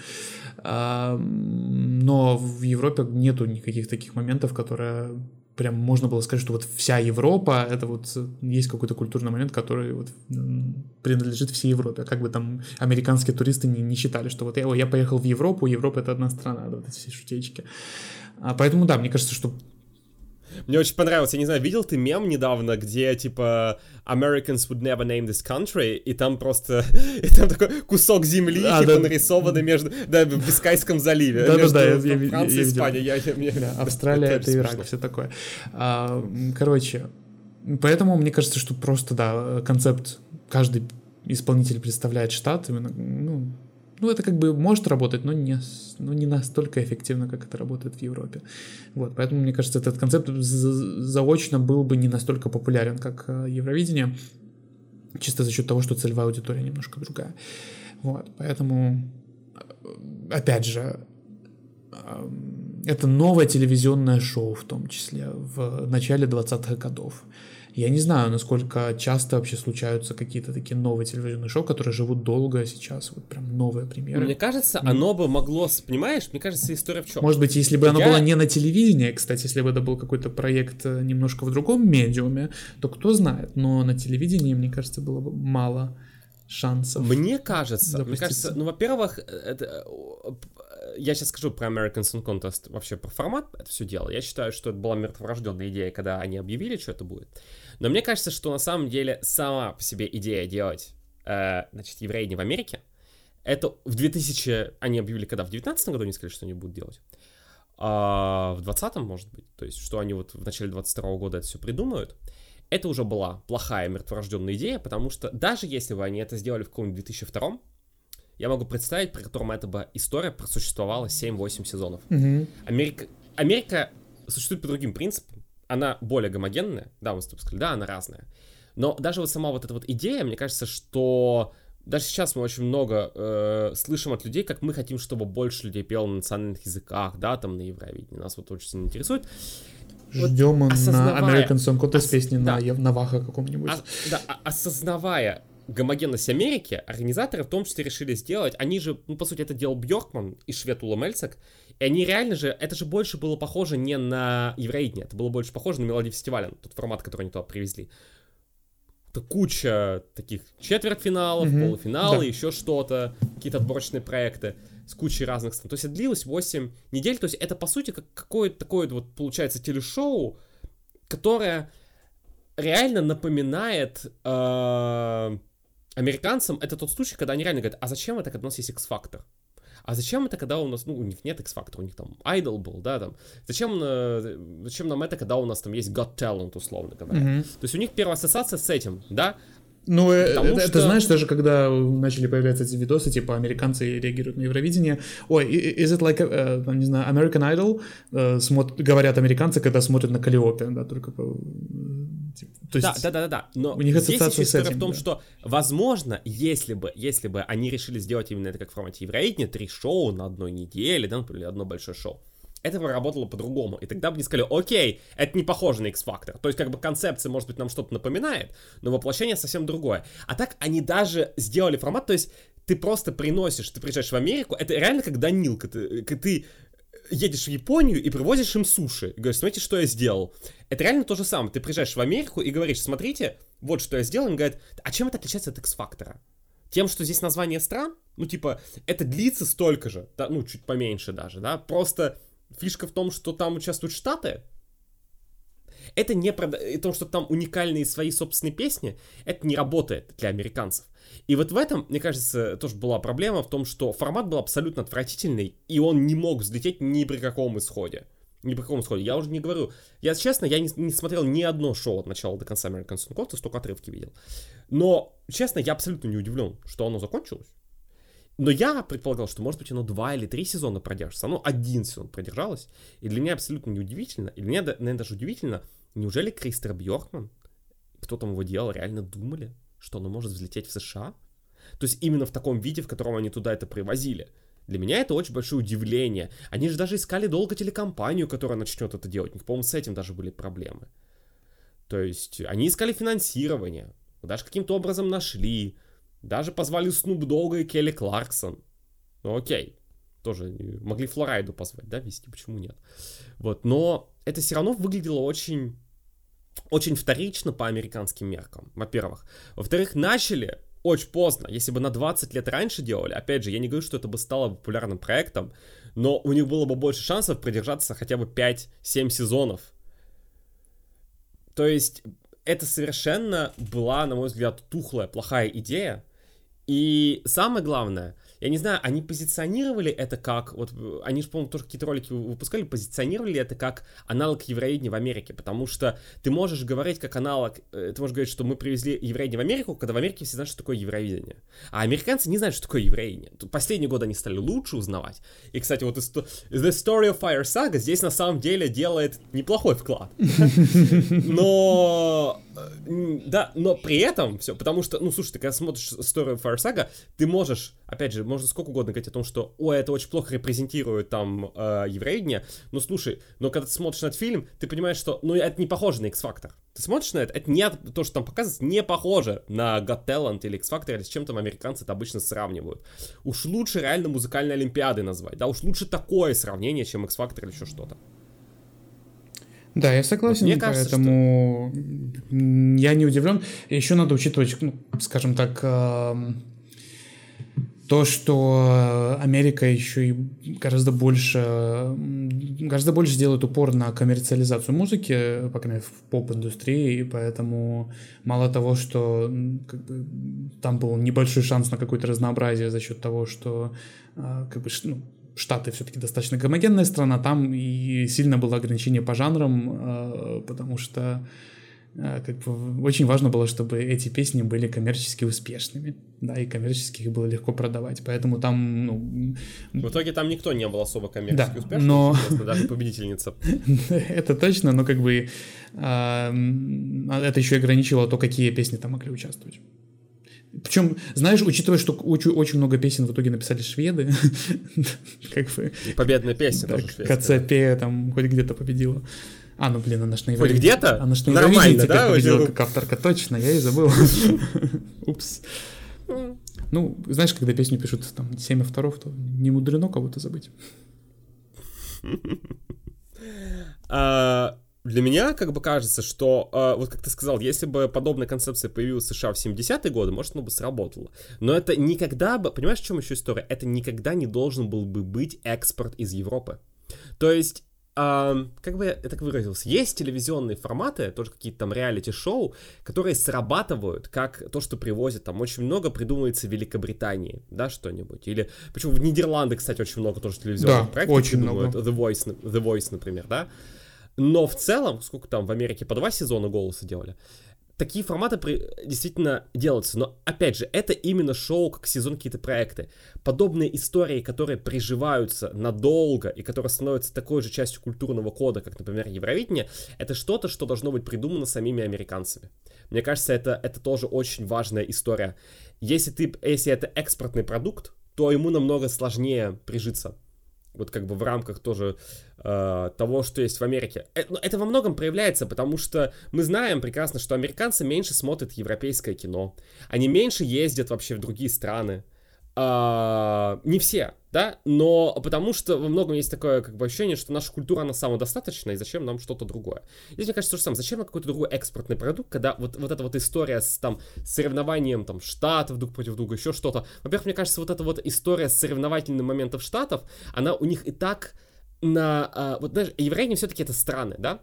Но в Европе нету никаких таких моментов, которые прям можно было сказать, что вот вся Европа, это вот есть какой-то культурный момент, который вот принадлежит всей Европе. Как бы там американские туристы не считали, что вот я поехал в Европу, Европа — это одна страна, да, вот эти все шутечки. Поэтому да, мне кажется, что... Мне очень понравилось, я не знаю, видел ты мем недавно, где, типа, Americans would never name this country, и там просто, и там такой кусок земли, нарисованный между, в Бискайском заливе, между Францией и Испанией. Австралия — это Ирак, все такое. Короче, поэтому мне кажется, что просто, да, концепт, каждый исполнитель представляет штат, именно, Ну, это как бы может работать, но не настолько эффективно, как это работает в Европе. Вот, поэтому, мне кажется, этот концепт заочно был бы не настолько популярен, как Евровидение, чисто за счет того, что целевая аудитория немножко другая. Вот, поэтому, опять же, это новое телевизионное шоу, в том числе, в начале 20-х годов. Я не знаю, насколько часто вообще случаются какие-то такие новые телевизионные шоу, которые живут долго сейчас, вот прям новые примеры. Мне кажется, оно бы могло, понимаешь, мне кажется, история в чем? Может быть, если бы оно было не на телевидении, кстати, если бы это был какой-то проект немножко в другом медиуме, то кто знает, но на телевидении, мне кажется, было бы мало шансов. Мне кажется, ну, во-первых, я сейчас скажу про American Song Contest, вообще про формат, это все дело. Я считаю, что это была мертворожденная идея, когда они объявили, что это будет. Но мне кажется, что на самом деле сама по себе идея делать, значит, Евровидение в Америке, это в 2000, они объявили когда? В 19 году они сказали, что они будут делать? А в 20-м, может быть, то есть, что они вот в начале 22 года это все придумают. Это уже была плохая мертворожденная идея, потому что даже если бы они это сделали в каком-нибудь 2002, я могу представить, при котором эта бы история просуществовала 7-8 сезонов. Америка существует по другим принципам. Она более гомогенная. Да, мы с тобой сказали, да, она разная. Но даже вот сама вот эта вот идея, мне кажется, что даже сейчас мы очень много слышим от людей, как мы хотим, чтобы больше людей пело на национальных языках, да, там на Евровидении. Нас вот очень сильно интересует. Ждем вот, на American Song Contest песни на Наваха каком-нибудь. Осознавая гомогенность Америки, организаторы в том числе решили сделать, они же, ну, по сути, это делал Бьоркман и швед Ула Мельцек, и они реально же, это же больше было похоже не на Евровидение, это было больше похоже на Мелодии фестиваля, тот формат, который они туда привезли. Это куча таких четвертьфиналов, полуфинала, еще что-то, какие-то отборочные проекты с кучей разных стран. То есть это длилось 8 недель, то есть это, по сути, как какое-то такое вот, получается, телешоу, которое реально напоминает американцам, это тот случай, когда они реально говорят, а зачем это, когда у нас есть X-Factor? А зачем это, когда у нас, ну, у них нет X-Factor, у них там Idol был, да, там. Зачем нам это, когда у нас там есть Got Talent, условно говоря? То есть у них первая ассоциация с этим, да? Ну, это знаешь, даже когда начали появляться эти видосы, типа, американцы реагируют на Евровидение. Ой, is it like, не знаю, American Idol? Говорят американцы, когда смотрят на Каллиопе, да, только то есть да. Но у них здесь ассоциация история с этим, в том, что, возможно, если бы они решили сделать именно это как в формате Евровидения, 3 шоу на одной неделе, да, например, одно большое шоу, это бы работало по-другому. И тогда бы не сказали, окей, это не похоже на X-Factor. То есть, как бы концепция, может быть, нам что-то напоминает, но воплощение совсем другое. А так они даже сделали формат, то есть ты просто ты приезжаешь в Америку, это реально как Данилка, ты едешь в Японию и привозишь им суши. И говоришь, смотрите, что я сделал. Это реально то же самое. Ты приезжаешь в Америку и говоришь, смотрите, вот что я сделал. И он говорит, а чем это отличается от X-Factor? Тем, что здесь название стран, ну, типа, это длится столько же, да, ну, чуть поменьше даже, да, просто фишка в том, что там участвуют штаты. Это не про то, что там уникальные свои собственные песни, это не работает для американцев. И вот в этом, мне кажется, тоже была проблема в том, что формат был абсолютно отвратительный, и он не мог взлететь ни при каком исходе. Ни при каком исходе. Я уже не говорю. Я, честно, я не смотрел ни одно шоу от начала до конца American Song Contest, только отрывки видел. Но, честно, я абсолютно не удивлен, что оно закончилось. Но я предполагал, что, может быть, оно 2 или 3 сезона продержится. Оно 1 сезон продержалось. И для меня абсолютно неудивительно. И для меня, наверное, даже удивительно, неужели Кристер Бьоркман, кто там его делал, реально думали, что оно может взлететь в США? То есть именно в таком виде, в котором они туда это привозили. Для меня это очень большое удивление. Они же даже искали долго телекомпанию, которая начнет это делать. У них, по-моему, с этим даже были проблемы. То есть они искали финансирование. Даже каким-то образом нашли. Даже позвали Снуп Догга и Келли Кларксон. Ну окей. Тоже могли Флорайду позвать, да, вести, почему нет? Вот, но это все равно выглядело очень, очень вторично по американским меркам, во-первых. Во-вторых, начали очень поздно. Если бы на 20 лет раньше делали, опять же, я не говорю, что это бы стало популярным проектом, но у них было бы больше шансов продержаться хотя бы 5-7 сезонов. То есть это совершенно была, на мой взгляд, тухлая, плохая идея. И самое главное, Я не знаю, они позиционировали это как, вот, они же, по-моему, тоже какие-то ролики выпускали, позиционировали это как аналог Евровидения в Америке, потому что ты можешь говорить как аналог, ты можешь говорить, что мы привезли Евровидение в Америку, когда в Америке все знают, что такое Евровидение. А американцы не знают, что такое Евровидение. Последние годы они стали лучше узнавать. И, кстати, вот The Story of Fire Saga здесь на самом деле делает неплохой вклад. Но... Да, но при этом все, потому что, ну, слушай, ты когда смотришь Story of Fire Saga, ты можешь, опять же, можно сколько угодно говорить о том, что, ой, это очень плохо репрезентирует там Евровидение, но слушай, но когда ты смотришь на этот фильм, ты понимаешь, что, ну, это не похоже на X-Factor. Ты смотришь на это не то, что там показывается, не похоже на Got Talent или X-Factor, или с чем там американцы это обычно сравнивают. Уж лучше реально музыкальной олимпиады назвать, да, уж лучше такое сравнение, чем X-Factor или еще что-то. Да, я согласен, мне кажется, поэтому что... я не удивлен. Еще надо учитывать, ну, скажем так, то, что Америка еще и гораздо больше делает упор на коммерциализацию музыки, по крайней мере, в поп-индустрии, и поэтому мало того, что как бы, там был небольшой шанс на какое-то разнообразие за счет того, что как бы, ну, Штаты все-таки достаточно гомогенная страна, там и сильно было ограничение по жанрам, потому что как бы очень важно было, чтобы эти песни были коммерчески успешными, да, и коммерчески их было легко продавать, поэтому там, ну... В итоге там никто не был особо коммерчески успешным, но... даже победительница. Это точно, но как бы это еще и ограничивало то, какие песни там могли участвовать. Причем, знаешь, учитывая, что очень много песен в итоге написали шведы, как бы... И победная песня тоже шведская. КЦП там хоть где-то победила. Ну блин, она ж на Хоть где-то? Она ж на Нормально, да? Победила как авторка, точно, я и забыл. Упс. Ну, знаешь, когда песню пишут там 7 авторов, то не мудрено кого-то забыть. Для меня как бы кажется, что, вот как ты сказал, если бы подобная концепция появилась в США в 70-е годы, может, оно бы сработало. Но это никогда бы, понимаешь, в чем еще история? Это никогда не должен был бы быть экспорт из Европы. То есть, как бы я так выразился, есть телевизионные форматы, тоже какие-то там реалити-шоу, которые срабатывают, как то, что привозят, там очень много придумывается в Великобритании, да, что-нибудь. Или, почему в Нидерландах, кстати, очень много тоже телевизионных проектов очень придумывают. много. The Voice, например, да. Но в целом, сколько там в Америке, по 2 сезона «Голоса» делали, такие форматы действительно делаются. Но, опять же, это именно шоу, как сезон, какие-то проекты. Подобные истории, которые приживаются надолго и которые становятся такой же частью культурного кода, как, например, Евровидение, это что-то, что должно быть придумано самими американцами. Мне кажется, это тоже очень важная история. Если это экспортный продукт, то ему намного сложнее прижиться. Вот как бы в рамках тоже того, что есть в Америке. Это во многом проявляется, потому что мы знаем прекрасно, что американцы меньше смотрят европейское кино. Они меньше ездят вообще в другие страны. Не все, да, но потому что во многом есть такое как бы ощущение, что наша культура, она самодостаточна, и зачем нам что-то другое. Здесь, мне кажется, то же самое. Зачем нам какой-то другой экспортный продукт, когда вот эта вот история с там соревнованием там штатов друг против друга, еще что-то. Во-первых, мне кажется, вот эта вот история с соревновательным моментом штатов, она у них и так вот даже Евровидение все-таки это страны, да,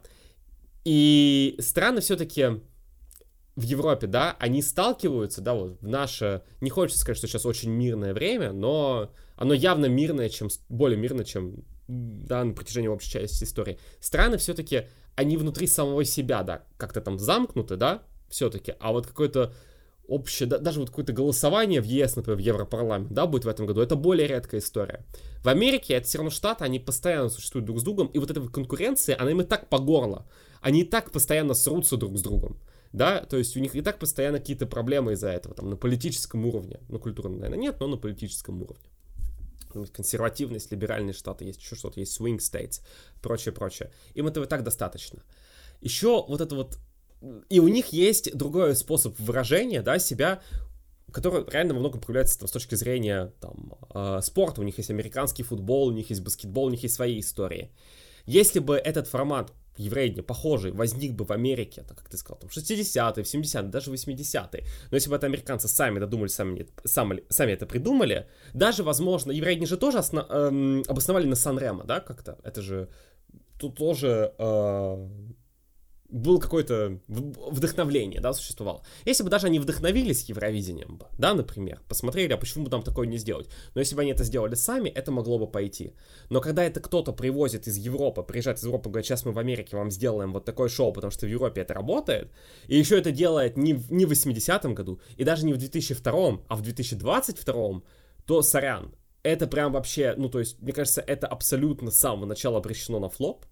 и страны все-таки в Европе, да, они сталкиваются, да, вот в наше, не хочется сказать, что сейчас очень мирное время, но оно явно мирное, более мирное, чем, да, на протяжении общей части истории. Страны все-таки, они внутри самого себя, да, как-то там замкнуты, да, все-таки, а вот какое-то общее, даже вот какое-то голосование в ЕС, например, в Европарламент, да, будет в этом году, это более редкая история. В Америке это все равно штаты, они постоянно существуют друг с другом, и вот эта конкуренция, она им и так по горло. Они и так постоянно срутся друг с другом, да, то есть у них и так постоянно какие-то проблемы из-за этого, там, на политическом уровне, на культурном, наверное, нет, но на политическом уровне. Консервативность, либеральные штаты, есть еще что-то, есть swing states, прочее. Им этого и так достаточно. Еще вот это вот. И у них есть другой способ выражения, да, себя, который реально во многом проявляется там, с точки зрения там, спорта. У них есть американский футбол, у них есть баскетбол, у них есть свои истории. Если бы этот формат Евровидения похожий возник бы в Америке, так как ты сказал, там 60-е, 70-е, даже 80-е, но если бы это американцы сами додумали, сами это придумали, даже, возможно, Евровидение же тоже обосновали на Сан-Ремо, да, как-то, это же тут тоже... было какое-то вдохновление, да, существовало. Если бы даже они вдохновились Евровидением, да, например, посмотрели, а почему бы там такое не сделать? Но если бы они это сделали сами, это могло бы пойти. Но когда это кто-то привозит из Европы, приезжает из Европы, говорит, сейчас мы в Америке вам сделаем вот такое шоу, потому что в Европе это работает, и еще это делает не в 80-м году, и даже не в 2002-м, а в 2022-м, то сорян. Это прям вообще, ну, то есть, мне кажется, это абсолютно с самого начала обречено на флоп.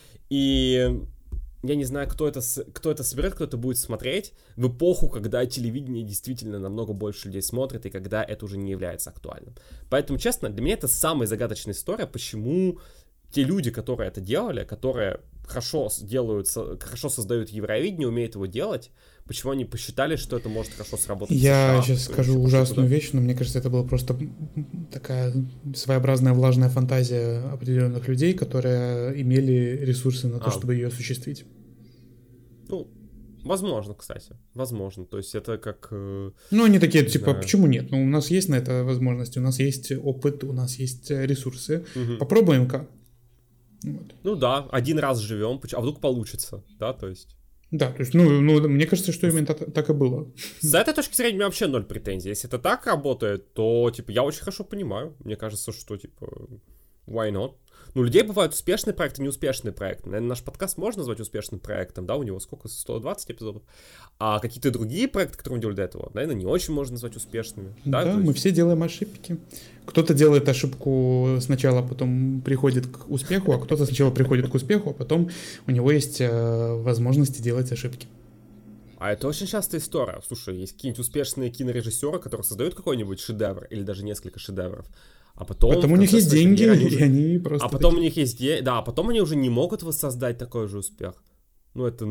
И я не знаю, кто это соберет, кто это будет смотреть в эпоху, когда телевидение действительно намного больше людей смотрит, и когда это уже не является актуальным. Поэтому, честно, для меня это самая загадочная история, почему те люди, которые это делали, которые хорошо создают Евровидение, умеют его делать, почему они посчитали, что это может хорошо сработать. Я сейчас скажу ужасную вещь, но мне кажется, это была просто такая своеобразная влажная фантазия определенных людей, которые имели ресурсы на то, чтобы ее осуществить. Ну, возможно, кстати. Возможно. То есть это как... Ну, они такие, типа, почему нет? Ну, у нас есть на это возможности, у нас есть опыт, у нас есть ресурсы. Попробуем-ка. Вот. Ну да, один раз живем, а вдруг получится, да, то есть... Да, то есть, ну, мне кажется, что именно так и было. С этой точки зрения у меня вообще ноль претензий. Если это так работает, то, типа, я очень хорошо понимаю. Мне кажется, что, типа, why not? Ну, у людей бывают успешные проекты, неуспешные проекты. Наверное, наш подкаст можно назвать успешным проектом, да, у него сколько, 120 эпизодов. А какие-то другие проекты, которые мы делали до этого, наверное, не очень можно назвать успешными. Да, есть... мы все делаем ошибки. Кто-то делает ошибку сначала, потом приходит к успеху, а кто-то сначала приходит к успеху, а потом у него есть возможности делать ошибки. А это очень частая история. Слушай, есть какие-нибудь успешные кинорежиссеры, которые создают какой-нибудь шедевр или даже несколько шедевров, а потом у них есть деньги, и они просто... А потом у них есть деньги, да, а потом они уже не могут воссоздать такой же успех. Ну, это...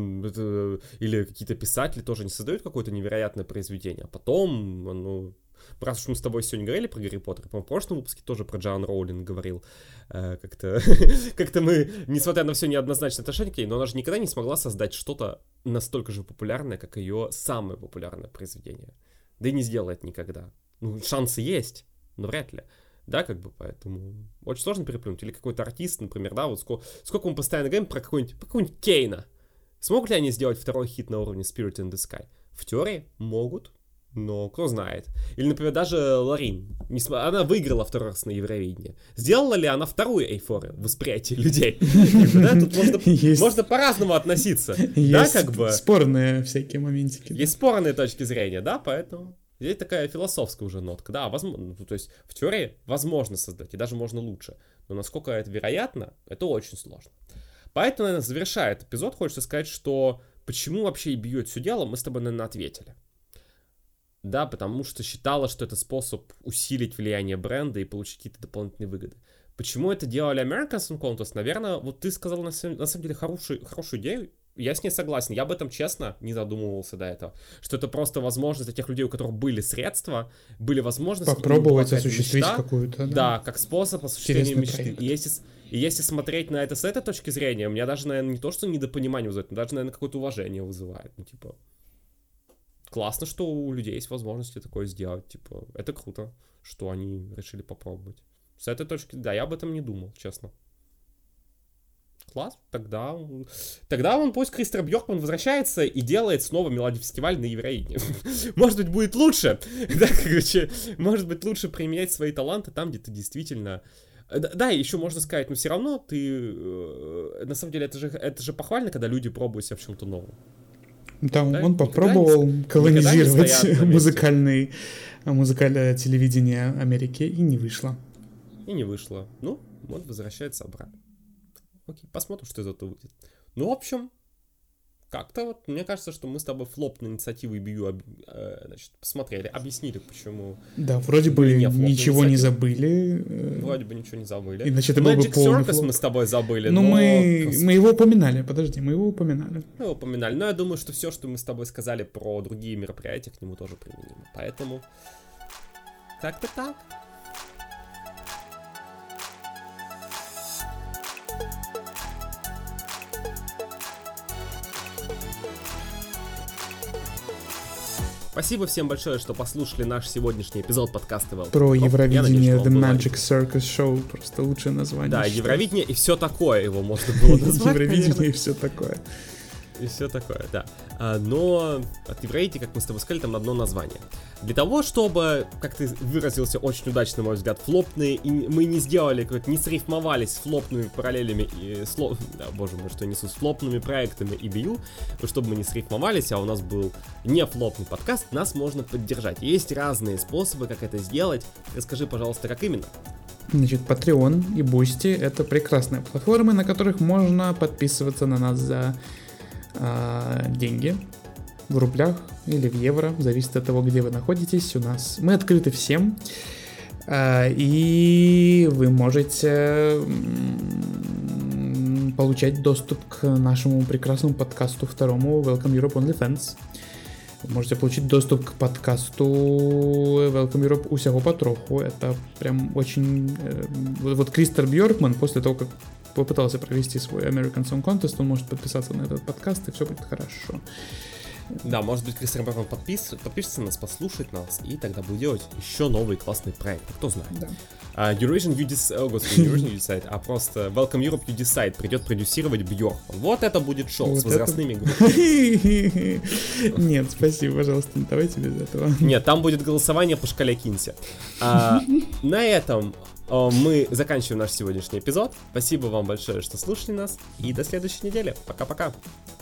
Или какие-то писатели тоже не создают какое-то невероятное произведение, а потом, ну... Раз уж мы с тобой сегодня говорили про Гарри Поттера, по-моему, в прошлом выпуске тоже про Джоан Роулинг говорил. Как-то мы, несмотря на все неоднозначное отношение к ней, но она же никогда не смогла создать что-то настолько же популярное, как ее самое популярное произведение. Да и не сделает никогда. Ну, шансы есть, но вряд ли. Да, как бы, поэтому очень сложно переплюнуть. Или какой-то артист, например, да, вот сколько мы постоянно говорим про какого-нибудь Кейна. Смогут ли они сделать второй хит на уровне Spirit in the Sky? В теории могут, но кто знает. Или, например, даже Лорин. Она выиграла второй раз на Евровидении. Сделала ли она вторую эйфорию в восприятии людей? Тут можно по-разному относиться. Есть спорные всякие моментики. Есть спорные точки зрения, да, поэтому... Здесь такая философская уже нотка. Да, возможно, то есть в теории возможно создать, и даже можно лучше. Но насколько это вероятно, это очень сложно. Поэтому, наверное, завершая этот эпизод, хочется сказать, что почему вообще EBU это все дело, мы с тобой, наверное, ответили. Да, потому что считала, что это способ усилить влияние бренда и получить какие-то дополнительные выгоды. Почему это делали American Song Contest? Наверное, вот ты сказал на самом деле хорошую идею. Я с ней согласен. Я об этом, честно, не задумывался до этого. Что это просто возможность для тех людей, у которых были средства, были возможности... Попробовать осуществить какую-то... Да, как способ осуществления мечты. И если смотреть на это с этой точки зрения, у меня даже, наверное, не то, что недопонимание вызывает, но даже, наверное, какое-то уважение вызывает. Ну, типа... Классно, что у людей есть возможности такое сделать. Типа, это круто, что они решили попробовать. С этой точки... Да, я об этом не думал, честно. Класс, тогда он, пусть Кристер Бьоркман возвращается и делает снова мелодифестиваль на Евровидении. Может быть, будет лучше. Да, короче, может быть, лучше применять свои таланты там, где ты действительно... Да, еще можно сказать, но все равно ты... На самом деле, это же похвально, когда люди пробуют себя в чем-то новом. Да, он попробовал колонизировать музыкальное телевидение Америки, и не вышло. Ну, он возвращается обратно. Окей, посмотрим, что из этого выйдет. Ну, в общем, как-то вот, мне кажется, что мы с тобой флоп на инициативу EBU, посмотрели, объяснили, почему... Да, вроде бы ничего не забыли. Вроде бы ничего не забыли. Иначе это был бы полный флоп. мы с тобой забыли, но... Мы его упоминали, мы его упоминали. Но я думаю, что все, что мы с тобой сказали про другие мероприятия, к нему тоже применимо. Поэтому, как-то так. Спасибо всем большое, что послушали наш сегодняшний эпизод подкаста Well. Про Евровидение The Magic Circus Show, просто лучшее название. Да, Евровидение и все такое его можно было назвать. Евровидение и все такое. и все такое, да. Но Active как мы с тобой сказали, там одно название. Для того, чтобы, как ты выразился очень удачно, на мой взгляд, флопные, и мы не сделали, не срифмовались с флопными параллелями, боже мой, что я несу, с флопными проектами EBU, чтобы мы не срифмовались, а у нас был не флопный подкаст, нас можно поддержать. Есть разные способы, как это сделать. Расскажи, пожалуйста, как именно? Значит, Patreon и Boosty — это прекрасные платформы, на которых можно подписываться на нас за деньги в рублях или в евро, зависит от того, где вы находитесь. У нас мы открыты всем, и вы можете получать доступ к нашему прекрасному подкасту второму Welcome Europe OnlyFans. Вы можете получить доступ к подкасту Welcome Europe усяго потроху. Это прям очень... Вот Кристер Бьоркман, после того, как попытался провести свой American Song Contest, он может подписаться на этот подкаст, и все будет хорошо. Да, может быть, Кристер Бьоркман подпишется на нас, послушает нас, и тогда будет делать еще новый классный проект. Кто знает. Да. Eurovision You Decide, а просто Welcome Europe You Decide придет продюсировать Бьоркман. Вот это будет шоу вот с возрастными группами. Нет, спасибо, пожалуйста, давайте без этого. Нет, там будет голосование по шкале Кинси. На этом мы заканчиваем наш сегодняшний эпизод. Спасибо вам большое, что слушали нас, и до следующей недели. Пока-пока.